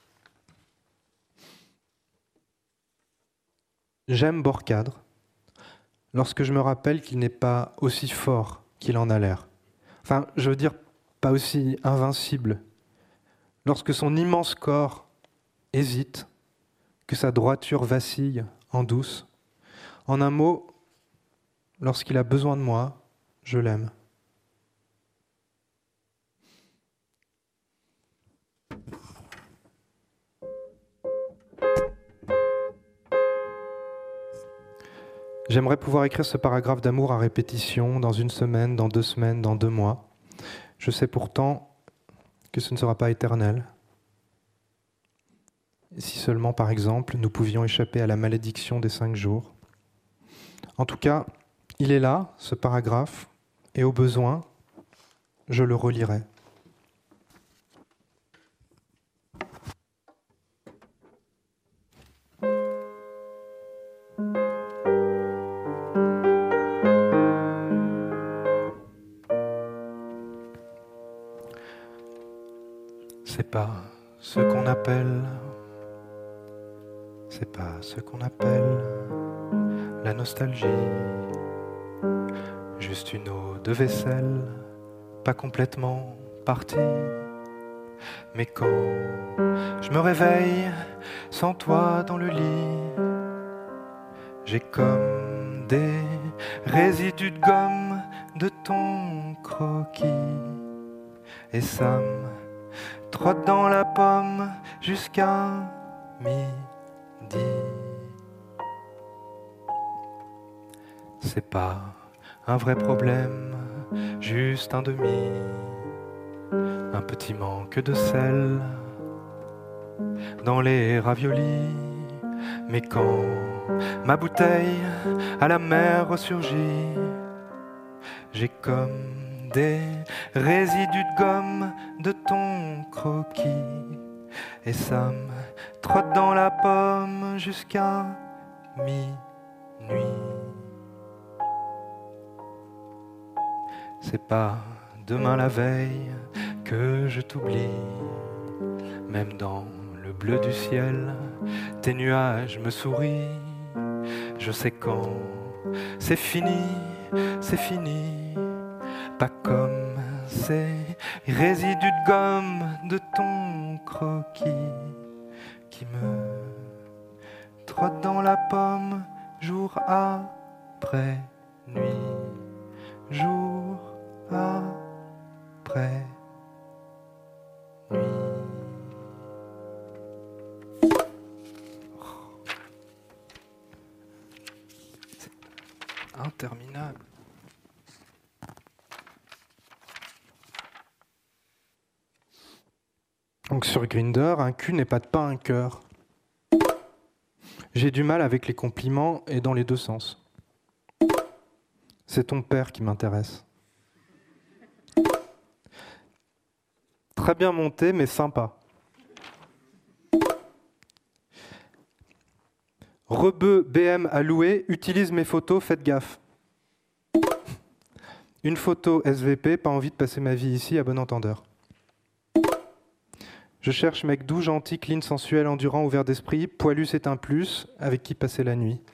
J'aime Borcadre lorsque je me rappelle qu'il n'est pas aussi fort qu'il en a l'air. Enfin, je veux dire, pas aussi invincible. Lorsque son immense corps hésite, que sa droiture vacille en douce. En un mot, lorsqu'il a besoin de moi, je l'aime. J'aimerais pouvoir écrire ce paragraphe d'amour à répétition, dans 1 semaine, dans 2 semaines, dans 2 mois. Je sais pourtant que ce ne sera pas éternel. Si seulement, par exemple, nous pouvions échapper à la malédiction des 5 jours. En tout cas, il est là, ce paragraphe, et au besoin, je le relirai. C'est pas ce qu'on appelle la nostalgie, juste une eau de vaisselle, pas complètement partie. Mais quand je me réveille sans toi dans le lit, j'ai comme des résidus de gomme de ton croquis, et ça me trotte dans la pomme jusqu'à midi. C'est pas un vrai problème, juste un demi, un petit manque de sel dans les raviolis. Mais quand ma bouteille à la mer ressurgit, j'ai comme des résidus de gomme de ton croquis, et ça me trotte dans la pomme jusqu'à minuit. C'est pas demain la veille que je t'oublie, même dans le bleu du ciel, tes nuages me sourient. Je sais quand c'est fini, pas comme ces résidus de gomme de ton croquis qui me trottent dans la pomme jour après nuit, jour après nuit. C'est interminable. Donc sur Grindr, un cul n'est pas un cœur. J'ai du mal avec les compliments et dans les deux sens. C'est ton père qui m'intéresse. Très bien monté, mais sympa. Rebeu BM à louer, utilise mes photos, faites gaffe. Une photo SVP, pas envie de passer ma vie ici à bon entendeur. Je cherche mec doux, gentil, clean, sensuel, endurant, ouvert d'esprit, poilu c'est un plus, avec qui passer la nuit.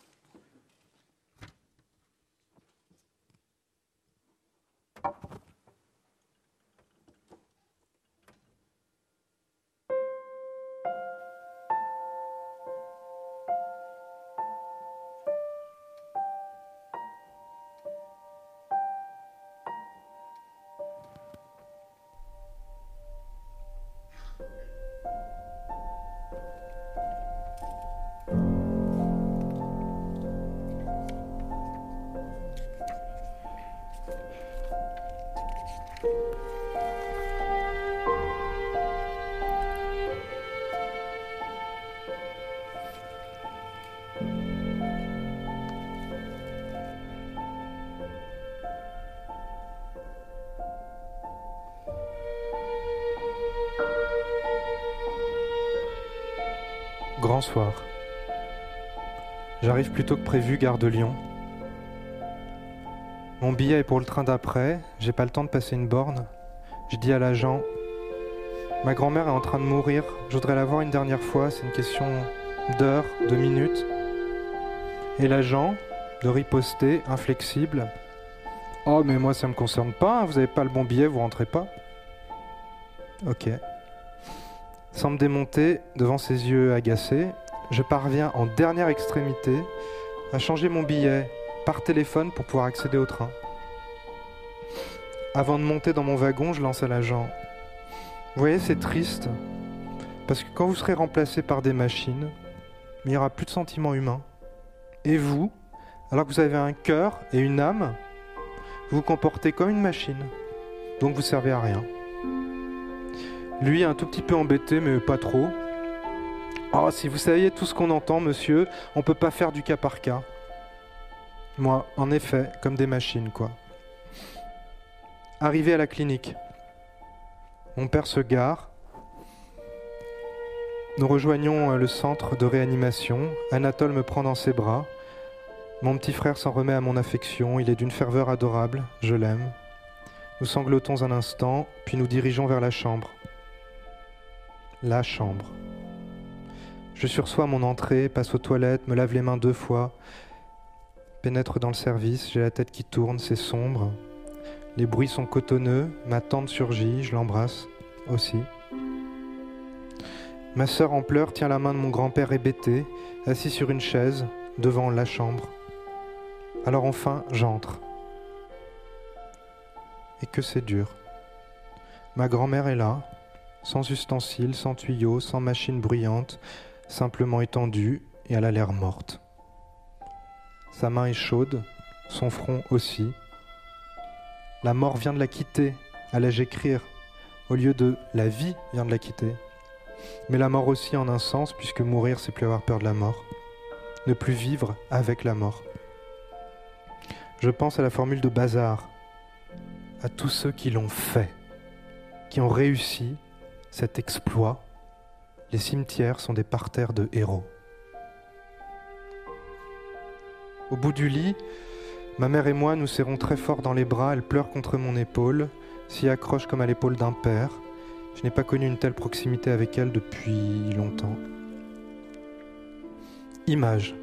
Grand soir. J'arrive plus tôt que prévu, gare de Lyon. Mon billet est pour le train d'après, j'ai pas le temps de passer une borne. Je dis à l'agent, ma grand-mère est en train de mourir, je voudrais la voir une dernière fois, c'est une question d'heures, de minutes. Et l'agent, de riposter, inflexible, oh mais moi ça me concerne pas, vous avez pas le bon billet, vous rentrez pas. Ok. Sans me démonter, devant ses yeux agacés, je parviens en dernière extrémité à changer mon billet par téléphone pour pouvoir accéder au train. Avant de monter dans mon wagon, je lance à l'agent. Vous voyez, c'est triste, parce que quand vous serez remplacé par des machines, il n'y aura plus de sentiments humains. Et vous, alors que vous avez un cœur et une âme, vous vous comportez comme une machine, donc vous servez à rien. Lui, un tout petit peu embêté, mais pas trop. Oh, si vous saviez tout ce qu'on entend, monsieur, on peut pas faire du cas par cas. Moi, en effet, comme des machines, quoi. Arrivé à la clinique, mon père se gare. Nous rejoignons le centre de réanimation. Anatole me prend dans ses bras. Mon petit frère s'en remet à mon affection. Il est d'une ferveur adorable. Je l'aime. Nous sanglotons un instant, puis nous dirigeons vers la chambre. La chambre. Je sursois mon entrée, passe aux toilettes, me lave les mains 2 fois, pénètre dans le service, j'ai la tête qui tourne, c'est sombre. Les bruits sont cotonneux, ma tante surgit, je l'embrasse aussi. Ma sœur en pleurs tient la main de mon grand-père hébété, assis sur une chaise, devant la chambre. Alors enfin, j'entre. Et que c'est dur. Ma grand-mère est là, sans ustensiles, sans tuyaux, sans machine bruyante, simplement étendue, et elle a l'air morte. Sa main est chaude, son front aussi. La mort vient de la quitter, allais-je écrire, au lieu de la vie vient de la quitter. Mais la mort aussi en un sens, puisque mourir, c'est plus avoir peur de la mort. Ne plus vivre avec la mort. Je pense à la formule de Bazard, à tous ceux qui l'ont fait, qui ont réussi cet exploit. Les cimetières sont des parterres de héros. Au bout du lit, ma mère et moi nous serrons très fort dans les bras, elle pleure contre mon épaule, s'y accroche comme à l'épaule d'un père. Je n'ai pas connu une telle proximité avec elle depuis longtemps. Image.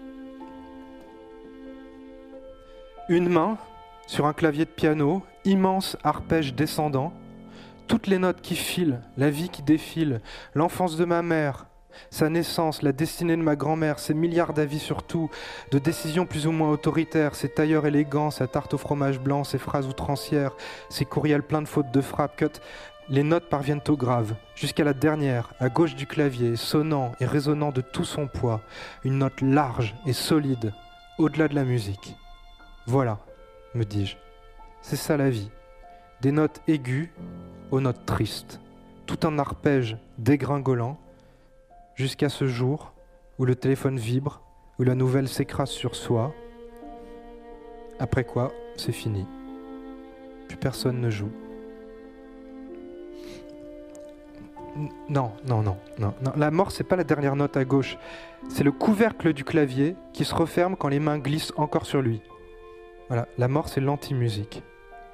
Une main sur un clavier de piano, immense arpège descendant, toutes les notes qui filent, la vie qui défile, l'enfance de ma mère, sa naissance, la destinée de ma grand-mère, ses milliards d'avis sur tout, de décisions plus ou moins autoritaires, ses tailleurs élégants, sa tarte au fromage blanc, ses phrases outrancières, ses courriels pleins de fautes de frappe, cut. Les notes parviennent au grave, jusqu'à la dernière, à gauche du clavier, sonnant et résonnant de tout son poids, une note large et solide, au-delà de la musique. Voilà, me dis-je, c'est ça la vie, des notes aiguës aux notes tristes, tout un arpège dégringolant, jusqu'à ce jour où le téléphone vibre, où la nouvelle s'écrase sur soi. Après quoi, c'est fini. Plus personne ne joue. Non. La mort, c'est pas la dernière note à gauche. C'est le couvercle du clavier qui se referme quand les mains glissent encore sur lui. Voilà, la mort, c'est l'anti-musique.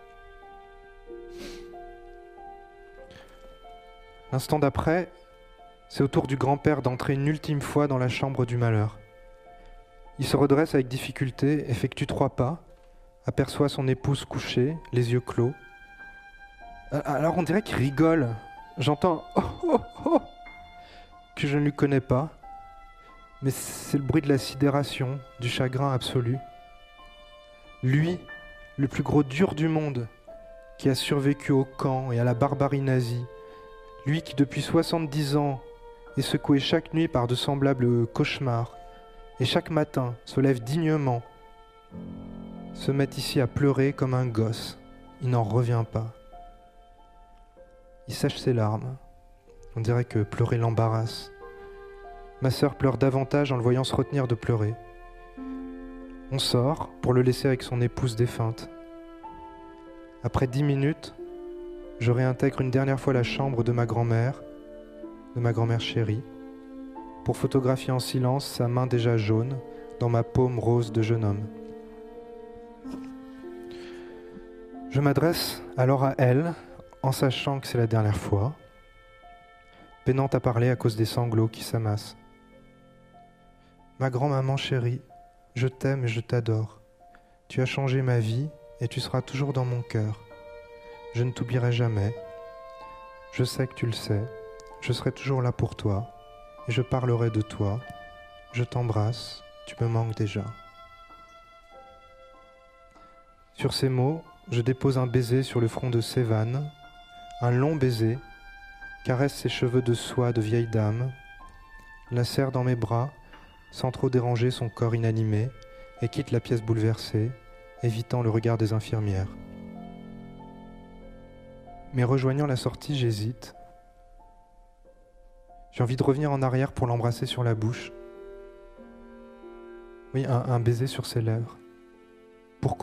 L'instant d'après, c'est au tour du grand-père d'entrer une ultime fois dans la chambre du malheur. Il se redresse avec difficulté, effectue 3 pas, aperçoit son épouse couchée, les yeux clos. Alors on dirait qu'il rigole. J'entends « oh, oh, oh » que je ne lui connais pas, mais c'est le bruit de la sidération, du chagrin absolu. Lui, le plus gros dur du monde, qui a survécu au camp et à la barbarie nazie, lui qui depuis 70 ans est secoué chaque nuit par de semblables cauchemars, et chaque matin se lève dignement, se met ici à pleurer comme un gosse. Il n'en revient pas. Il sèche ses larmes. On dirait que pleurer l'embarrasse. Ma sœur pleure davantage en le voyant se retenir de pleurer. On sort pour le laisser avec son épouse défunte. Après 10 minutes, je réintègre une dernière fois la chambre de ma grand-mère chérie, pour photographier en silence sa main déjà jaune dans ma paume rose de jeune homme. Je m'adresse alors à elle, en sachant que c'est la dernière fois, peinant à parler à cause des sanglots qui s'amassent. Ma grand-maman chérie, je t'aime et je t'adore. Tu as changé ma vie et tu seras toujours dans mon cœur. Je ne t'oublierai jamais. Je sais que tu le sais. Je serai toujours là pour toi et je parlerai de toi. Je t'embrasse, tu me manques déjà. Sur ces mots, je dépose un baiser sur le front de Sévane, un long baiser, caresse ses cheveux de soie de vieille dame, la serre dans mes bras, sans trop déranger son corps inanimé, et quitte la pièce bouleversée, évitant le regard des infirmières. Mais rejoignant la sortie, j'hésite. J'ai envie de revenir en arrière pour l'embrasser sur la bouche. Oui, un baiser sur ses lèvres. Pourquoi ?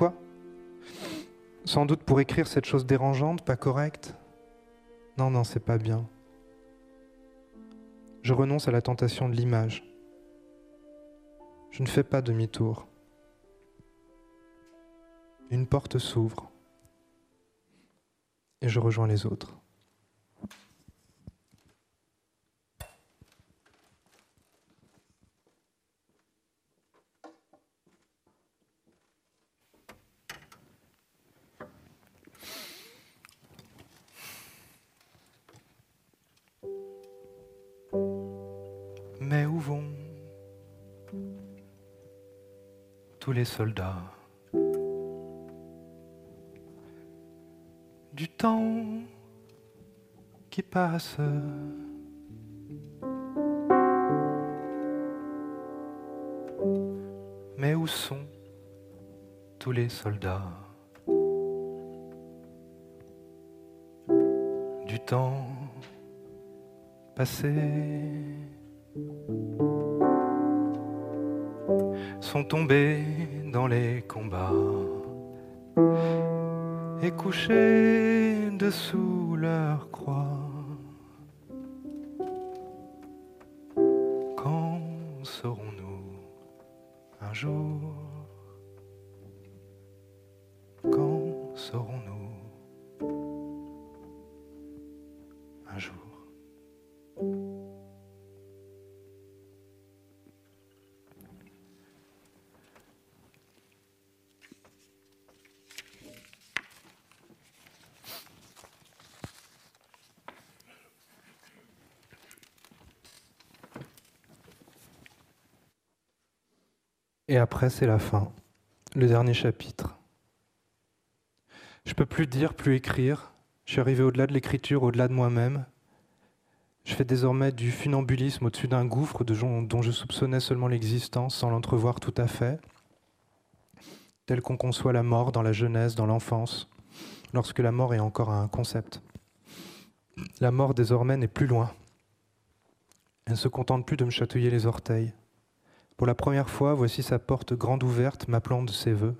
Sans doute pour écrire cette chose dérangeante, pas correcte. Non, c'est pas bien. Je renonce à la tentation de l'image. Je ne fais pas demi-tour. Une porte s'ouvre et je rejoins les autres. Mais où vont tous les soldats du temps qui passe? Mais où sont tous les soldats du temps passé? Sont tombés dans les combats et couchés dessous leur croix. Quand serons-nous un jour? Quand serons-nous un jour? Et après, c'est la fin, le dernier chapitre. Je ne peux plus dire, plus écrire. Je suis arrivé au-delà de l'écriture, au-delà de moi-même. Je fais désormais du funambulisme au-dessus d'un gouffre dont je soupçonnais seulement l'existence sans l'entrevoir tout à fait, tel qu'on conçoit la mort dans la jeunesse, dans l'enfance, lorsque la mort est encore un concept. La mort désormais n'est plus loin. Elle ne se contente plus de me chatouiller les orteils. Pour la première fois, voici sa porte grande ouverte, m'appelant de ses voeux.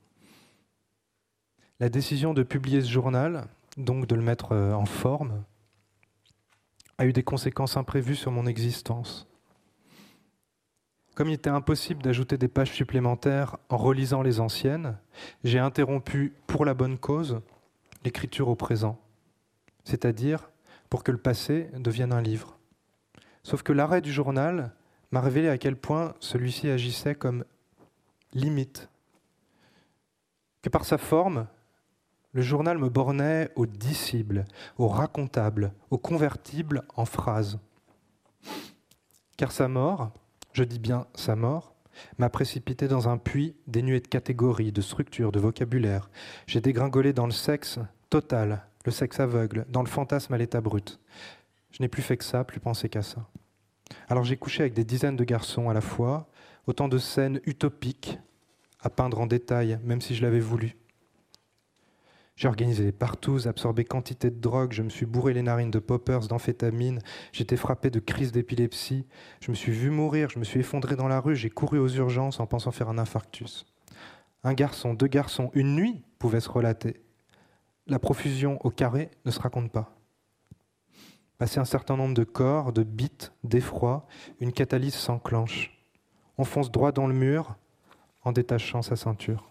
La décision de publier ce journal, donc de le mettre en forme, a eu des conséquences imprévues sur mon existence. Comme il était impossible d'ajouter des pages supplémentaires en relisant les anciennes, j'ai interrompu, pour la bonne cause, l'écriture au présent, c'est-à-dire pour que le passé devienne un livre. Sauf que l'arrêt du journal m'a révélé à quel point celui-ci agissait comme limite. Que par sa forme, le journal me bornait au dissible, au racontable, au convertible en phrases. Car sa mort, je dis bien sa mort, m'a précipité dans un puits dénué de catégories, de structures, de vocabulaire. J'ai dégringolé dans le sexe total, le sexe aveugle, dans le fantasme à l'état brut. Je n'ai plus fait que ça, plus pensé qu'à ça. Alors j'ai couché avec des dizaines de garçons à la fois, autant de scènes utopiques à peindre en détail, même si je l'avais voulu. J'ai organisé des partouzes, absorbé quantité de drogue, je me suis bourré les narines de poppers, d'amphétamines, j'étais frappé de crises d'épilepsie, je me suis vu mourir, je me suis effondré dans la rue, j'ai couru aux urgences en pensant faire un infarctus. Un garçon, 2 garçons, une nuit pouvaient se relater. La profusion au carré ne se raconte pas. Passé un certain nombre de corps, de bites, d'effroi, une catalyse s'enclenche. On fonce droit dans le mur en détachant sa ceinture.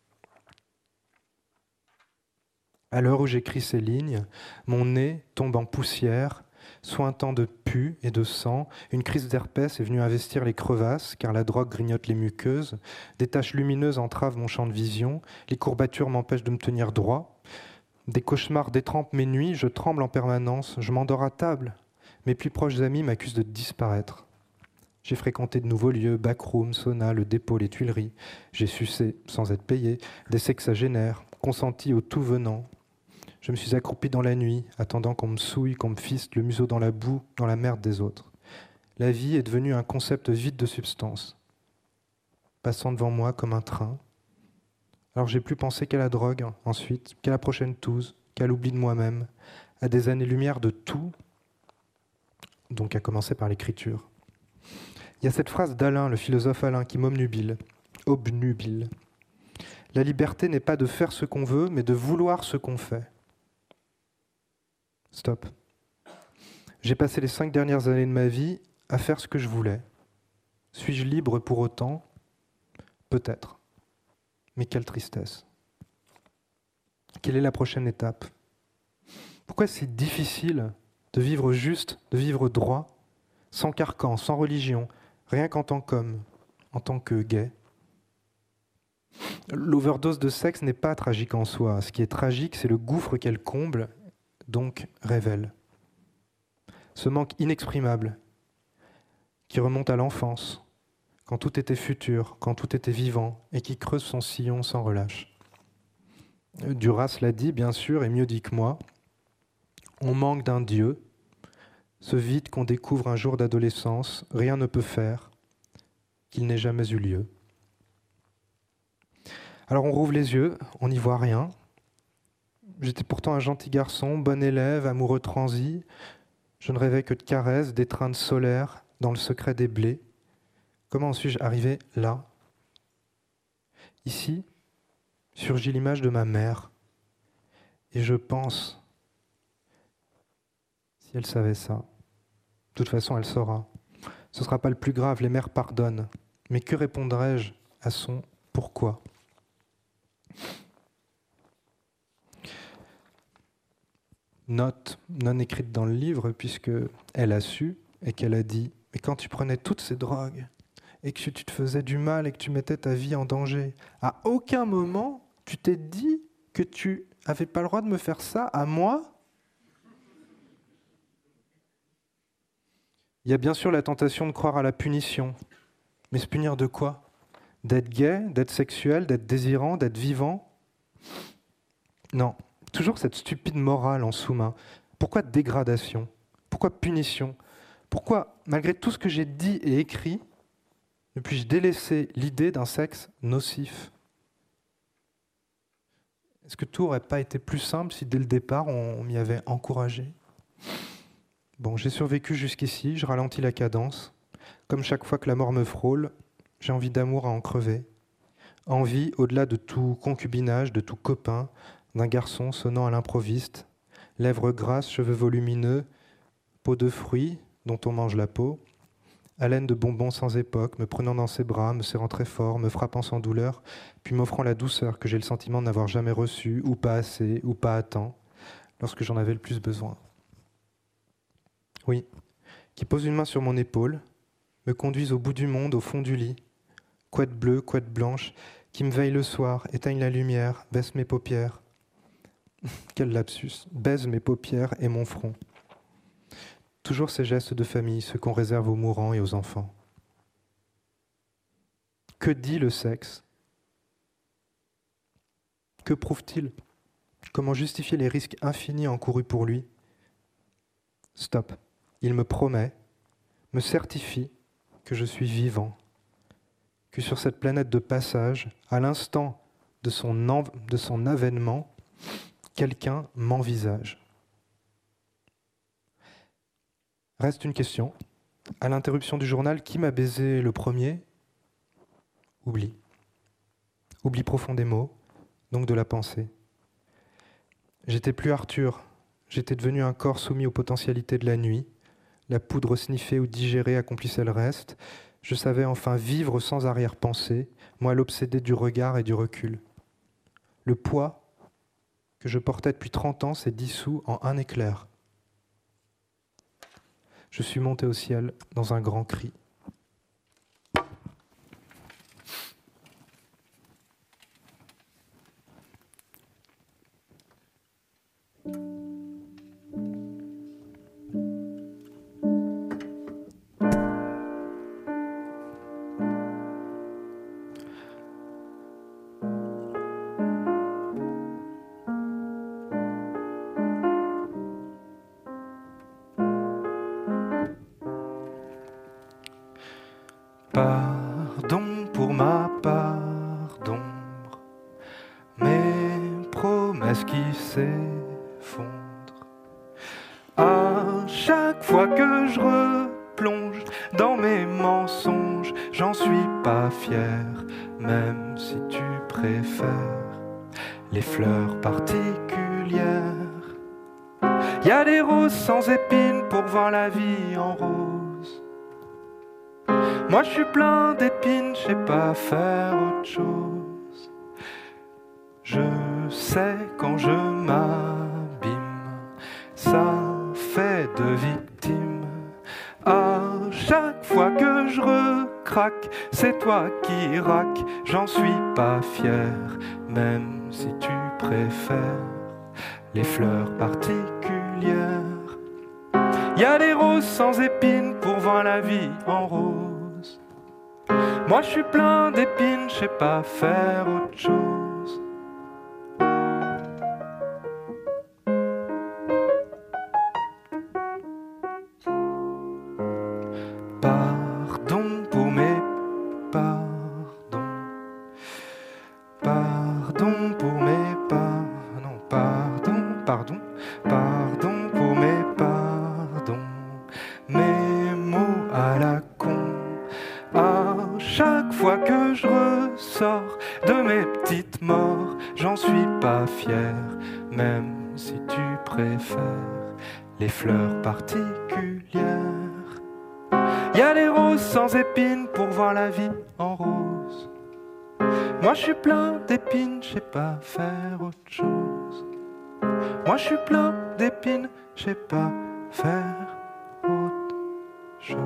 À l'heure où j'écris ces lignes, mon nez tombe en poussière, sointant de pus et de sang. Une crise d'herpès est venue investir les crevasses, car la drogue grignote les muqueuses. Des taches lumineuses entravent mon champ de vision. Les courbatures m'empêchent de me tenir droit. Des cauchemars détrempent mes nuits, je tremble en permanence, je m'endors à table. Mes plus proches amis m'accusent de disparaître. J'ai fréquenté de nouveaux lieux, backroom, sauna, le dépôt, les Tuileries. J'ai sucé, sans être payé, des sexagénaires, consenti au tout venant. Je me suis accroupi dans la nuit, attendant qu'on me souille, qu'on me fiste, le museau dans la boue, dans la merde des autres. La vie est devenue un concept vide de substance, passant devant moi comme un train. Alors j'ai plus pensé qu'à la drogue, ensuite, qu'à la prochaine touze, qu'à l'oubli de moi-même, à des années-lumière de tout, donc à commencer par l'écriture. Il y a cette phrase d'Alain, le philosophe Alain, qui m'obnubile. La liberté n'est pas de faire ce qu'on veut, mais de vouloir ce qu'on fait. Stop. J'ai passé les 5 dernières années de ma vie à faire ce que je voulais. Suis-je libre pour autant ? Peut-être. Mais quelle tristesse. Quelle est la prochaine étape ? Pourquoi est-ce si difficile de vivre juste, de vivre droit, sans carcan, sans religion, rien qu'en tant qu'homme, en tant que gay ? L'overdose de sexe n'est pas tragique en soi. Ce qui est tragique, c'est le gouffre qu'elle comble, donc révèle. Ce manque inexprimable, qui qui remonte à l'enfance, quand tout était futur, quand tout était vivant, et qui creuse son sillon sans relâche. Duras l'a dit, bien sûr, et mieux dit que moi. On manque d'un Dieu, ce vide qu'on découvre un jour d'adolescence, rien ne peut faire qu'il n'ait jamais eu lieu. Alors on rouvre les yeux, on n'y voit rien. J'étais pourtant un gentil garçon, bon élève, amoureux transi. Je ne rêvais que de caresses, d'étreintes solaires dans le secret des blés. Comment suis-je arrivé là ? Ici surgit l'image de ma mère. Et je pense, si elle savait ça, de toute façon elle saura. Ce ne sera pas le plus grave, les mères pardonnent. Mais que répondrai-je à son pourquoi ? Note non écrite dans le livre, puisque elle a su et qu'elle a dit « Mais quand tu prenais toutes ces drogues et que tu te faisais du mal et que tu mettais ta vie en danger, à aucun moment tu t'es dit que tu n'avais pas le droit de me faire ça à moi ?» Il y a bien sûr la tentation de croire à la punition. Mais se punir de quoi ? D'être gay, d'être sexuel, d'être désirant, d'être vivant ? Non. Toujours cette stupide morale en sous-main. Pourquoi dégradation ? Pourquoi punition ? Pourquoi, malgré tout ce que j'ai dit et écrit, ne puis-je délaisser l'idée d'un sexe nocif ? Est-ce que tout n'aurait pas été plus simple si dès le départ on m'y avait encouragé ? Bon, j'ai survécu jusqu'ici, je ralentis la cadence. Comme chaque fois que la mort me frôle, j'ai envie d'amour à en crever. Envie, au-delà de tout concubinage, de tout copain, d'un garçon sonnant à l'improviste, lèvres grasses, cheveux volumineux, peau de fruits dont on mange la peau, haleine de bonbons sans époque, me prenant dans ses bras, me serrant très fort, me frappant sans douleur, puis m'offrant la douceur que j'ai le sentiment de n'avoir jamais reçue, ou pas assez, ou pas à temps, lorsque j'en avais le plus besoin. Oui, qui pose une main sur mon épaule, me conduise au bout du monde, au fond du lit, couette bleue, couette blanche, qui me veille le soir, éteigne la lumière, baisse mes paupières. Quel lapsus, baise mes paupières et mon front. Toujours ces gestes de famille, ceux qu'on réserve aux mourants et aux enfants. Que dit le sexe ? Que prouve-t-il ? Comment justifier les risques infinis encourus pour lui ? Stop. Il me promet, me certifie que je suis vivant, que sur cette planète de passage, à l'instant de son avènement, quelqu'un m'envisage. Reste une question. À l'interruption du journal, qui m'a baisé le premier ? Oubli. Oubli profond des mots, donc de la pensée. J'étais plus Arthur, j'étais devenu un corps soumis aux potentialités de la nuit. La poudre sniffée ou digérée accomplissait le reste. Je savais enfin vivre sans arrière-pensée, moi l'obsédé du regard et du recul. Le poids que je portais depuis 30 ans s'est dissous en un éclair. Je suis monté au ciel dans un grand cri. Pardon pour ma part d'ombre, mes promesses qui s'effondrent. À chaque fois que je replonge dans mes mensonges, j'en suis pas fier, même si tu préfères les fleurs particulières. Y a des roses sans épines pour voir la vie en rose. Moi je suis plein d'épines, je sais pas faire autre chose. Je sais quand je m'abîme, ça fait de victimes. À chaque fois que je recraque, c'est toi qui raques. J'en suis pas fier, même si tu préfères les fleurs particulières. Y a des roses sans épines pour voir la vie en rose. Moi je suis plein d'épines, je sais pas faire autre chose. Pardon pour mes pardons. Pardon pour mes non, pardon pour mes pardons. Mes mots à la con. À chaque fois que je ressors de mes petites morts, j'en suis pas fier, même si tu préfères les fleurs particulières. Y a des roses sans épines pour voir la vie en rose. Moi je suis plein d'épines, je sais pas faire autre chose. Moi je suis plein d'épines, je sais pas faire autre chose.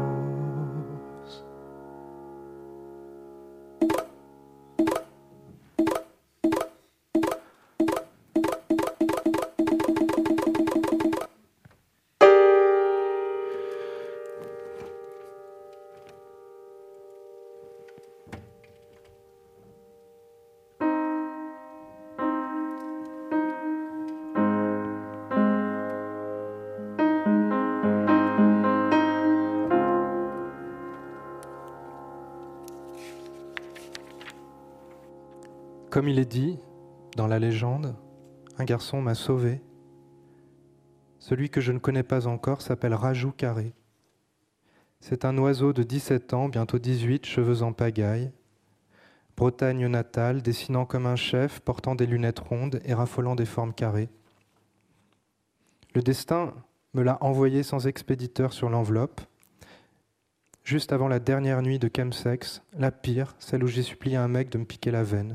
Comme il est dit dans la légende, un garçon m'a sauvé. Celui que je ne connais pas encore s'appelle Rajou Carré. C'est un oiseau de 17 ans, bientôt 18, cheveux en pagaille. Bretagne natale, dessinant comme un chef, portant des lunettes rondes et raffolant des formes carrées. Le destin me l'a envoyé sans expéditeur sur l'enveloppe, juste avant la dernière nuit de chemsex, la pire, celle où j'ai supplié un mec de me piquer la veine.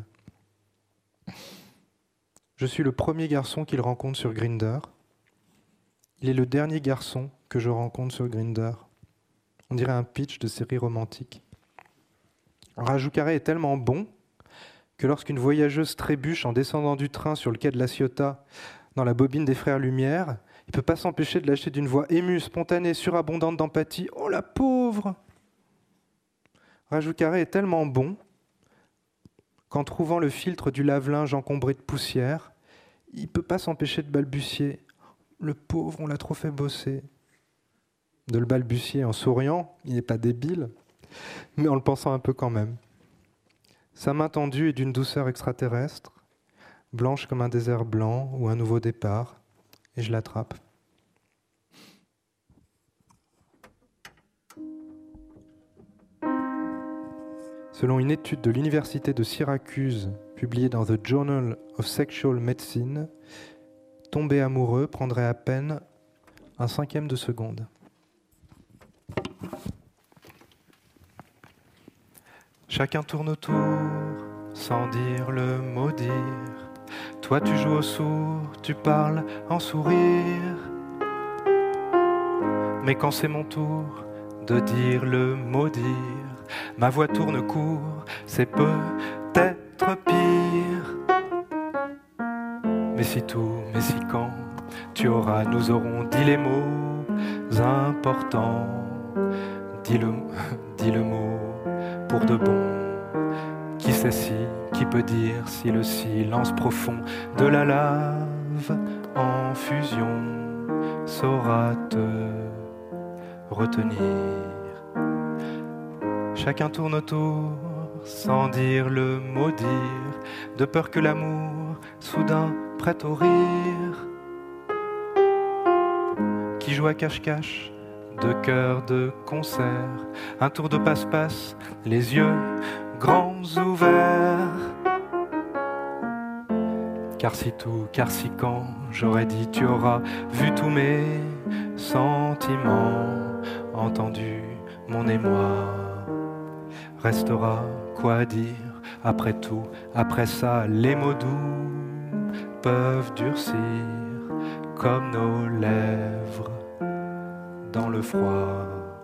Je suis le premier garçon qu'il rencontre sur Grindr. Il est le dernier garçon que je rencontre sur Grindr. On dirait un pitch de série romantique. Rajou Carré est tellement bon que lorsqu'une voyageuse trébuche en descendant du train sur le quai de la Ciotat dans la bobine des Frères Lumière, il ne peut pas s'empêcher de lâcher d'une voix émue, spontanée, surabondante d'empathie. « Oh la pauvre !» Rajou Carré est tellement bon qu'en trouvant le filtre du lave-linge encombré de poussière, il ne peut pas s'empêcher de balbutier. Le pauvre, on l'a trop fait bosser. De le balbutier en souriant, il n'est pas débile, mais en le pensant un peu quand même. Sa main tendue est d'une douceur extraterrestre, blanche comme un désert blanc ou un nouveau départ, et je l'attrape. Selon une étude de l'université de Syracuse, publiée dans The Journal of Sexual Medicine, tomber amoureux prendrait à peine un cinquième de seconde. Chacun tourne autour, sans dire le mot dire. Toi tu joues au sourd, tu parles en sourire. Mais quand c'est mon tour de dire le mot dire, ma voix tourne court, c'est peut-être pire. Mais si tout, mais si quand tu auras, nous aurons dit les mots importants. Dis le mot pour de bon. Qui sait si, qui peut dire si le silence profond de la lave en fusion saura te retenir. Chacun tourne autour sans dire le mot dire, de peur que l'amour soudain prête au rire, qui joue à cache-cache de cœur de concert, un tour de passe-passe, les yeux grands ouverts. Car si tout, car si quand, j'aurais dit tu auras vu tous mes sentiments, entendu mon émoi. Restera quoi dire après tout, après ça, les mots doux peuvent durcir comme nos lèvres dans le froid.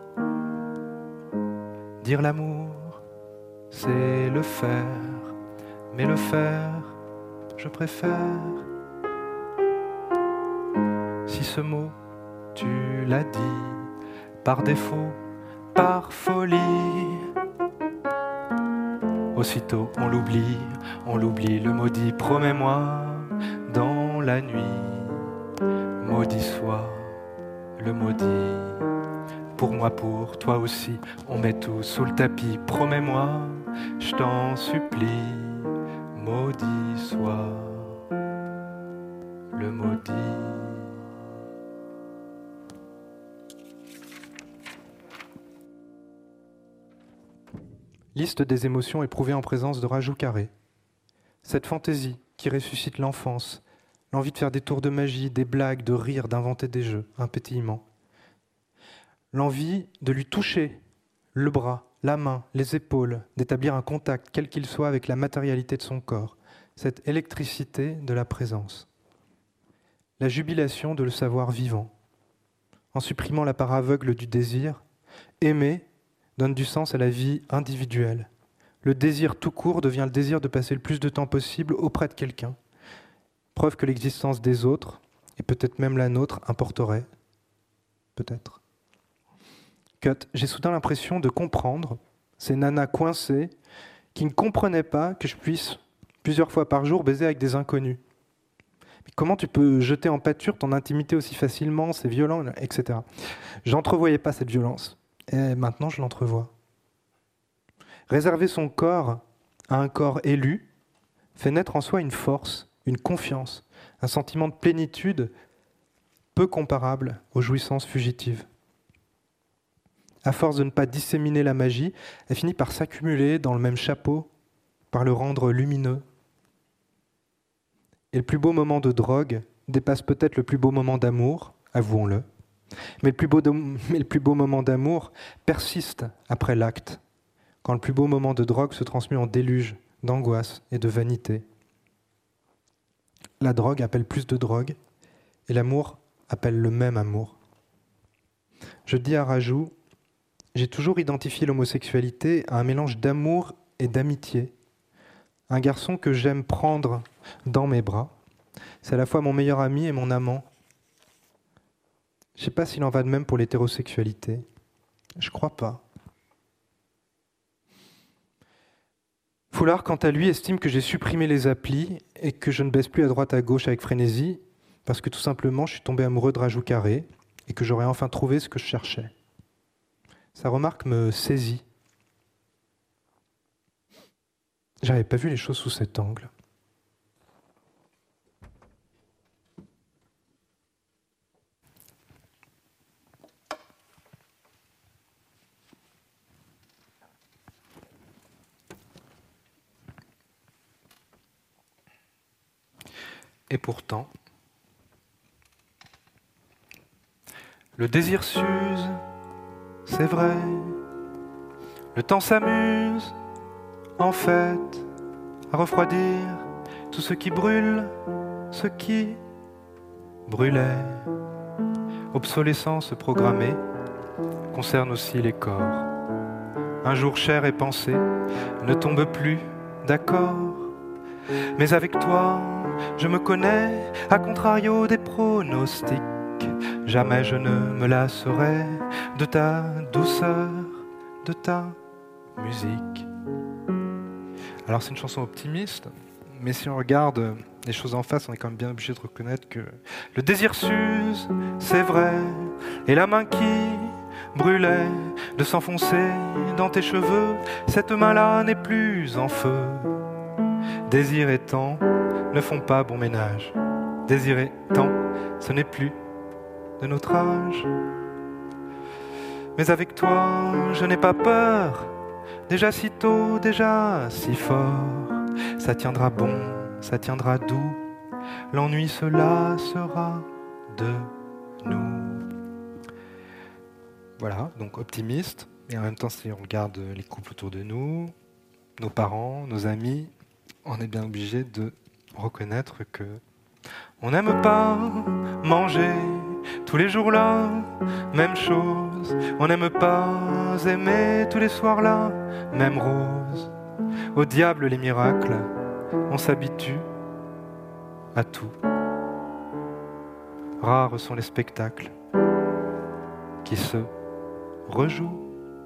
Dire l'amour, c'est le faire, mais le faire, je préfère. Si ce mot tu l'as dit, par défaut, par folie. Aussitôt on l'oublie, le maudit, promets-moi, dans la nuit, maudit soit le maudit. Pour moi, pour toi aussi, on met tout sous le tapis, promets-moi, je t'en supplie, maudit soit le maudit. Liste des émotions éprouvées en présence de Raju Carré. Cette fantaisie qui ressuscite l'enfance, l'envie de faire des tours de magie, des blagues, de rire, d'inventer des jeux, un pétillement. L'envie de lui toucher le bras, la main, les épaules, d'établir un contact, quel qu'il soit, avec la matérialité de son corps. Cette électricité de la présence. La jubilation de le savoir vivant. En supprimant la part aveugle du désir, aimer donne du sens à la vie individuelle. Le désir tout court devient le désir de passer le plus de temps possible auprès de quelqu'un. Preuve que l'existence des autres, et peut-être même la nôtre, importerait. Peut-être. Cut. J'ai soudain l'impression de comprendre ces nanas coincées qui ne comprenaient pas que je puisse, plusieurs fois par jour, baiser avec des inconnus. Mais comment tu peux jeter en pâture ton intimité aussi facilement, c'est violent, etc. J'entrevoyais pas cette violence. Et maintenant, je l'entrevois. Réserver son corps à un corps élu fait naître en soi une force, une confiance, un sentiment de plénitude peu comparable aux jouissances fugitives. À force de ne pas disséminer la magie, elle finit par s'accumuler dans le même chapeau, par le rendre lumineux. Et le plus beau moment de drogue dépasse peut-être le plus beau moment d'amour, avouons-le. Mais le plus beau moment d'amour persiste après l'acte, quand le plus beau moment de drogue se transmet en déluge d'angoisse et de vanité. La drogue appelle plus de drogue, et l'amour appelle le même amour. Je dis à Raju, j'ai toujours identifié l'homosexualité à un mélange d'amour et d'amitié. Un garçon que j'aime prendre dans mes bras, c'est à la fois mon meilleur ami et mon amant. Je ne sais pas s'il en va de même pour l'hétérosexualité. Je crois pas. Foulard, quant à lui, estime que j'ai supprimé les applis et que je ne baisse plus à droite à gauche avec frénésie parce que tout simplement je suis tombé amoureux de Raju Carré et que j'aurais enfin trouvé ce que je cherchais. Sa remarque me saisit. J'avais pas vu les choses sous cet angle. Et pourtant, le désir s'use, c'est vrai. Le temps s'amuse, en fait, à refroidir tout ce qui brûle, ce qui brûlait. Obsolescence programmée concerne aussi les corps. Un jour cher et pensé ne tombe plus d'accord. Mais avec toi, je me connais, à contrario des pronostics. Jamais je ne me lasserai de ta douceur, de ta musique. Alors c'est une chanson optimiste, mais si on regarde les choses en face, on est quand même bien obligé de reconnaître que le désir s'use, c'est vrai, et la main qui brûlait de s'enfoncer dans tes cheveux, cette main-là n'est plus en feu. Désir et temps ne font pas bon ménage. Désir et temps, ce n'est plus de notre âge. Mais avec toi, je n'ai pas peur. Déjà si tôt, déjà si fort. Ça tiendra bon, ça tiendra doux. L'ennui se lassera de nous. Voilà, donc optimiste. Et en même temps, si on regarde les couples autour de nous, nos parents, nos amis, on est bien obligé de reconnaître que on n'aime pas manger tous les jours là, même chose. On n'aime pas aimer tous les soirs là, même rose. Au diable les miracles, on s'habitue à tout. Rares sont les spectacles qui se rejoue.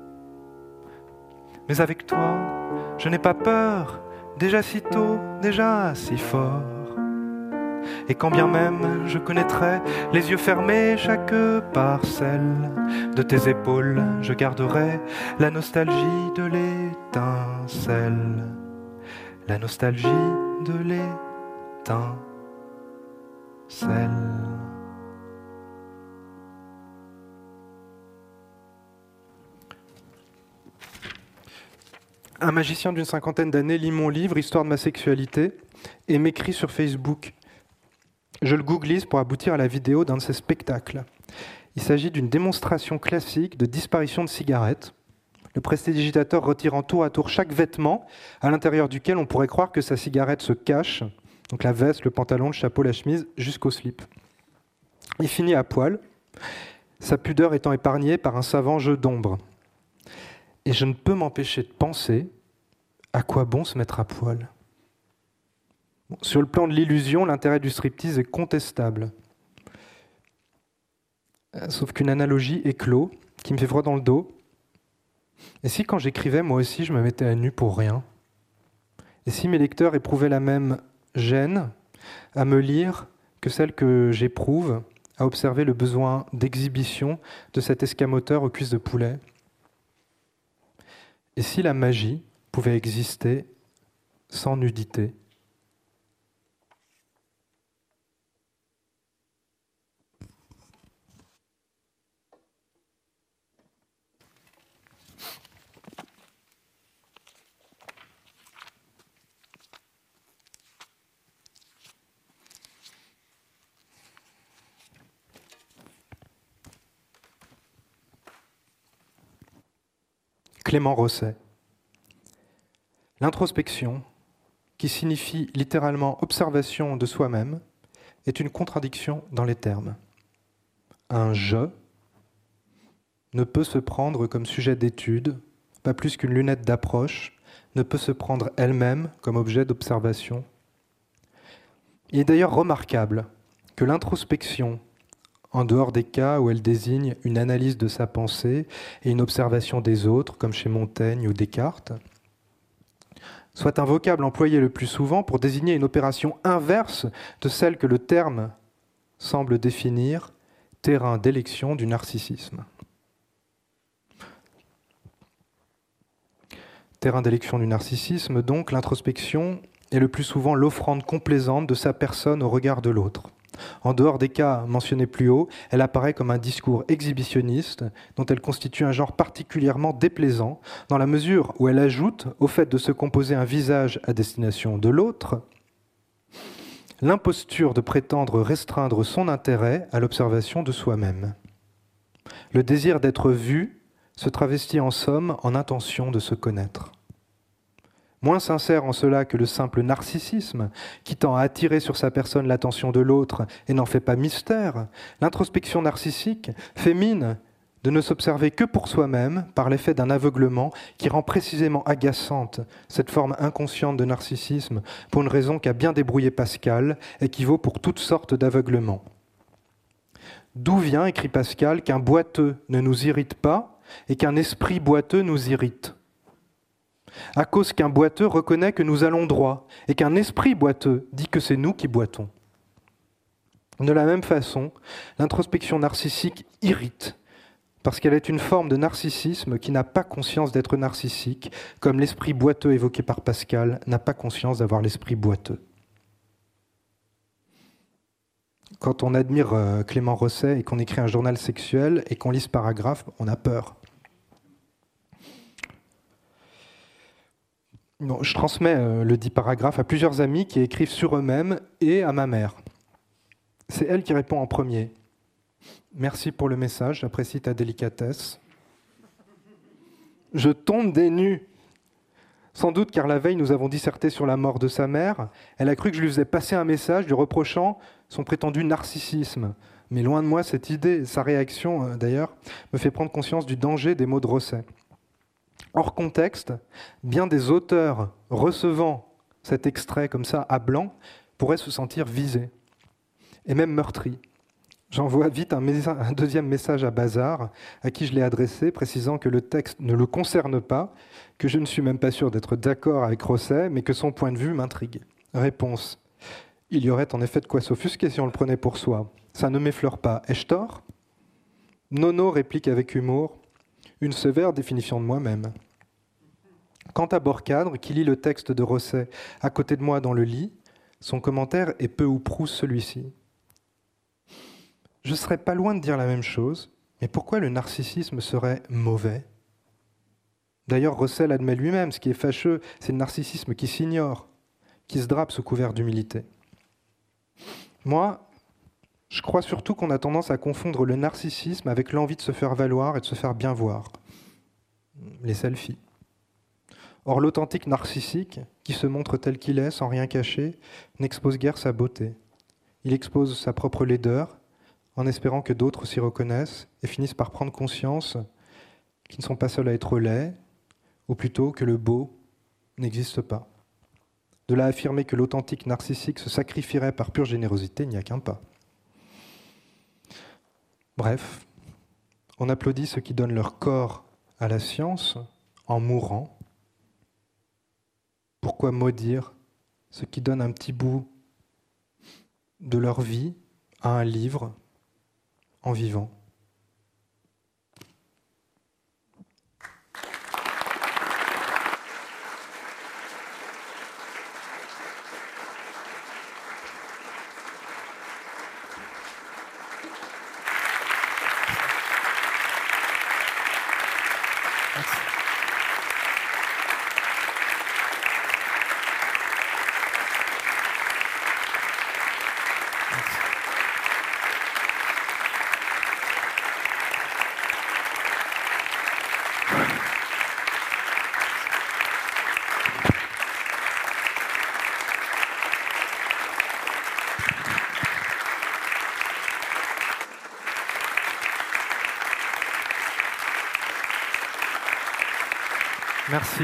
Mais avec toi, je n'ai pas peur, déjà si tôt, déjà si fort. Et quand bien même je connaîtrais, les yeux fermés, chaque parcelle de tes épaules, je garderai la nostalgie de l'étincelle. La nostalgie de l'étincelle. Un magicien d'une 50aine d'années lit mon livre, Histoire de ma sexualité, et m'écrit sur Facebook. Je le googlise pour aboutir à la vidéo d'un de ses spectacles. Il s'agit d'une démonstration classique de disparition de cigarettes, le prestidigitateur retirant tour à tour chaque vêtement à l'intérieur duquel on pourrait croire que sa cigarette se cache, donc la veste, le pantalon, le chapeau, la chemise, jusqu'au slip. Il finit à poil, sa pudeur étant épargnée par un savant jeu d'ombre. Et je ne peux m'empêcher de penser à quoi bon se mettre à poil. Bon, sur le plan de l'illusion, l'intérêt du striptease est contestable. Sauf qu'une analogie éclot, qui me fait froid dans le dos. Et si quand j'écrivais, moi aussi, je me mettais à nu pour rien? Et si mes lecteurs éprouvaient la même gêne à me lire que celle que j'éprouve à observer le besoin d'exhibition de cet escamoteur aux cuisses de poulet? Et si la magie pouvait exister sans nudité? Clément Rosset. L'introspection, qui signifie littéralement observation de soi-même, est une contradiction dans les termes. Un « je » ne peut se prendre comme sujet d'étude, pas plus qu'une lunette d'approche ne peut se prendre elle-même comme objet d'observation. Il est d'ailleurs remarquable que l'introspection, en dehors des cas où elle désigne une analyse de sa pensée et une observation des autres, comme chez Montaigne ou Descartes, soit un vocable employé le plus souvent pour désigner une opération inverse de celle que le terme semble définir, terrain d'élection du narcissisme. Terrain d'élection du narcissisme, donc, l'introspection est le plus souvent l'offrande complaisante de sa personne au regard de l'autre. En dehors des cas mentionnés plus haut, elle apparaît comme un discours exhibitionniste dont elle constitue un genre particulièrement déplaisant dans la mesure où elle ajoute, au fait de se composer un visage à destination de l'autre, l'imposture de prétendre restreindre son intérêt à l'observation de soi-même. Le désir d'être vu se travestit en somme en intention de se connaître. Moins sincère en cela que le simple narcissisme, qui tend à attirer sur sa personne l'attention de l'autre et n'en fait pas mystère, l'introspection narcissique fait mine de ne s'observer que pour soi-même par l'effet d'un aveuglement qui rend précisément agaçante cette forme inconsciente de narcissisme pour une raison qu'a bien débrouillé Pascal et qui vaut pour toutes sortes d'aveuglements. D'où vient, écrit Pascal, qu'un boiteux ne nous irrite pas et qu'un esprit boiteux nous irrite? À cause qu'un boiteux reconnaît que nous allons droit et qu'un esprit boiteux dit que c'est nous qui boitons. De la même façon, l'introspection narcissique irrite parce qu'elle est une forme de narcissisme qui n'a pas conscience d'être narcissique, comme l'esprit boiteux évoqué par Pascal n'a pas conscience d'avoir l'esprit boiteux. Quand on admire Clément Rosset et qu'on écrit un journal sexuel et qu'on lit ce paragraphe, on a peur. Bon, je transmets le dit paragraphe à plusieurs amis qui écrivent sur eux-mêmes et à ma mère. C'est elle qui répond en premier. Merci pour le message, j'apprécie ta délicatesse. Je tombe des nues. Sans doute car la veille nous avons disserté sur la mort de sa mère. Elle a cru que je lui faisais passer un message lui reprochant son prétendu narcissisme. Mais loin de moi cette idée, sa réaction d'ailleurs, me fait prendre conscience du danger des mots de Rosset. Hors contexte, bien des auteurs recevant cet extrait comme ça à blanc pourraient se sentir visés et même meurtris. J'envoie vite un deuxième message à Bazar, à qui je l'ai adressé, précisant que le texte ne le concerne pas, que je ne suis même pas sûr d'être d'accord avec Rosset, mais que son point de vue m'intrigue. Réponse. Il y aurait en effet de quoi s'offusquer si on le prenait pour soi. Ça ne m'effleure pas. Ai-je tort ? Nono réplique avec humour. Une sévère définition de moi-même. Quant à Borcadre, qui lit le texte de Rosset à côté de moi dans le lit, son commentaire est peu ou prou celui-ci. Je serais pas loin de dire la même chose, mais pourquoi le narcissisme serait mauvais ? D'ailleurs, Rosset l'admet lui-même, ce qui est fâcheux, c'est le narcissisme qui s'ignore, qui se drape sous couvert d'humilité. Moi, je crois surtout qu'on a tendance à confondre le narcissisme avec l'envie de se faire valoir et de se faire bien voir. Les selfies. Or, l'authentique narcissique, qui se montre tel qu'il est, sans rien cacher, n'expose guère sa beauté. Il expose sa propre laideur, en espérant que d'autres s'y reconnaissent et finissent par prendre conscience qu'ils ne sont pas seuls à être laids, ou plutôt que le beau n'existe pas. De là à affirmer que l'authentique narcissique se sacrifierait par pure générosité, il n'y a qu'un pas. Bref, on applaudit ceux qui donnent leur corps à la science en mourant. Pourquoi maudire ceux qui donnent un petit bout de leur vie à un livre en vivant ? Merci.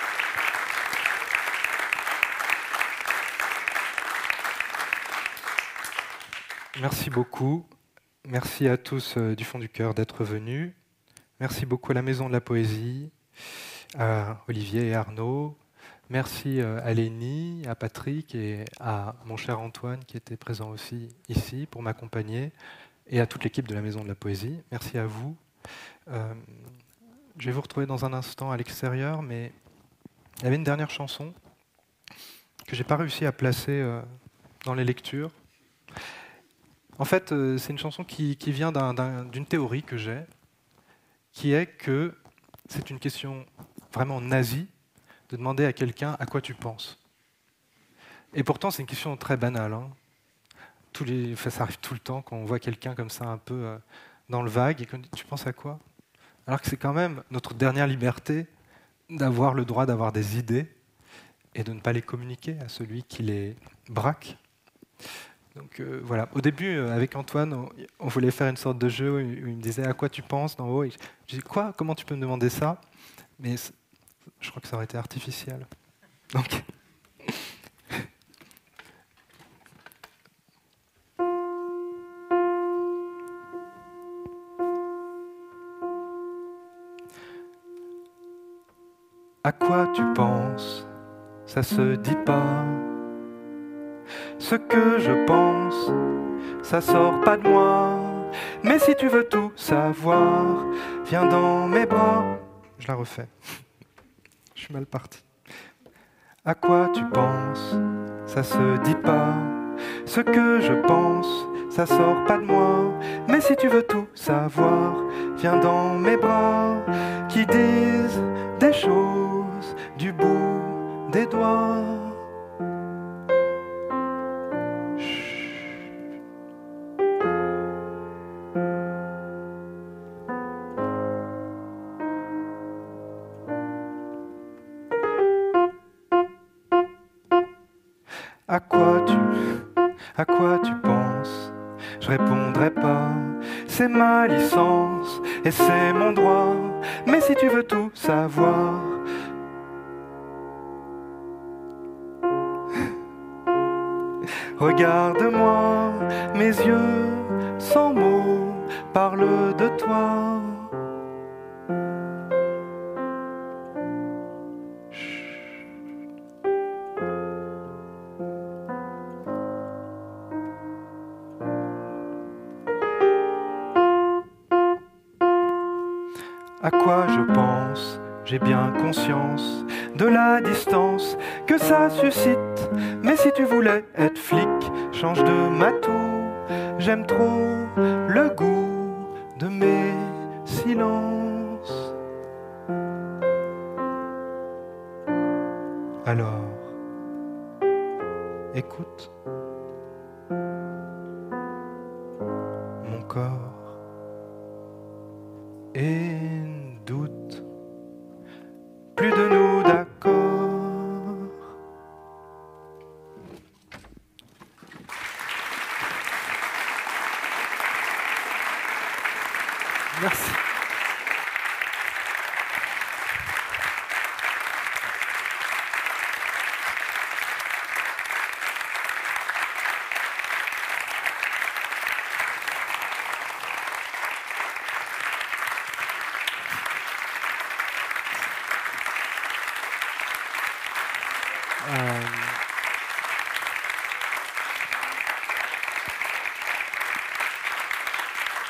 Merci beaucoup. Merci à tous du fond du cœur d'être venus. Merci beaucoup à la Maison de la Poésie, à Olivier et Arnaud. Merci à Lénie, à Patrick et à mon cher Antoine qui était présent aussi ici pour m'accompagner et à toute l'équipe de la Maison de la Poésie. Merci à vous. Je vais vous retrouver dans un instant à l'extérieur, mais il y avait une dernière chanson que je n'ai pas réussi à placer dans les lectures. En fait, c'est une chanson qui vient d'une théorie que j'ai, qui est que c'est une question vraiment nazie de demander à quelqu'un à quoi tu penses. Et pourtant, c'est une question très banale. Hein. Ça arrive tout le temps quand on voit quelqu'un comme ça un peu dans le vague et qu'on dit « tu penses à quoi ?» Alors que c'est quand même notre dernière liberté d'avoir le droit d'avoir des idées et de ne pas les communiquer à celui qui les braque. Donc voilà. Au début, avec Antoine, on voulait faire une sorte de jeu où il me disait « à quoi tu penses ?» d'en haut. Et je disais « quoi ? Comment tu peux me demander ça ?» Mais je crois que ça aurait été artificiel. Donc... À quoi tu penses ? Ça se dit pas. Ce que je pense, ça sort pas de moi. Mais si tu veux tout savoir, viens dans mes bras. Je la refais. Je suis mal parti. À quoi tu penses ? Ça se dit pas. Ce que je pense, ça sort pas de moi. Mais si tu veux tout savoir, viens dans mes bras. Qui disent des choses du bout des doigts. À quoi tu penses ? Je répondrai pas. C'est ma licence et c'est mon droit. Mais si tu veux tout savoir, regarde-moi, mes yeux sans mots, parle de toi. À quoi je pense, j'ai bien conscience de la distance que ça suscite. Mais si tu voulais être flic, change de matou. J'aime trop le goût de mes silences. Alors, écoute mon corps et doute plus de nous d'accord. Merci.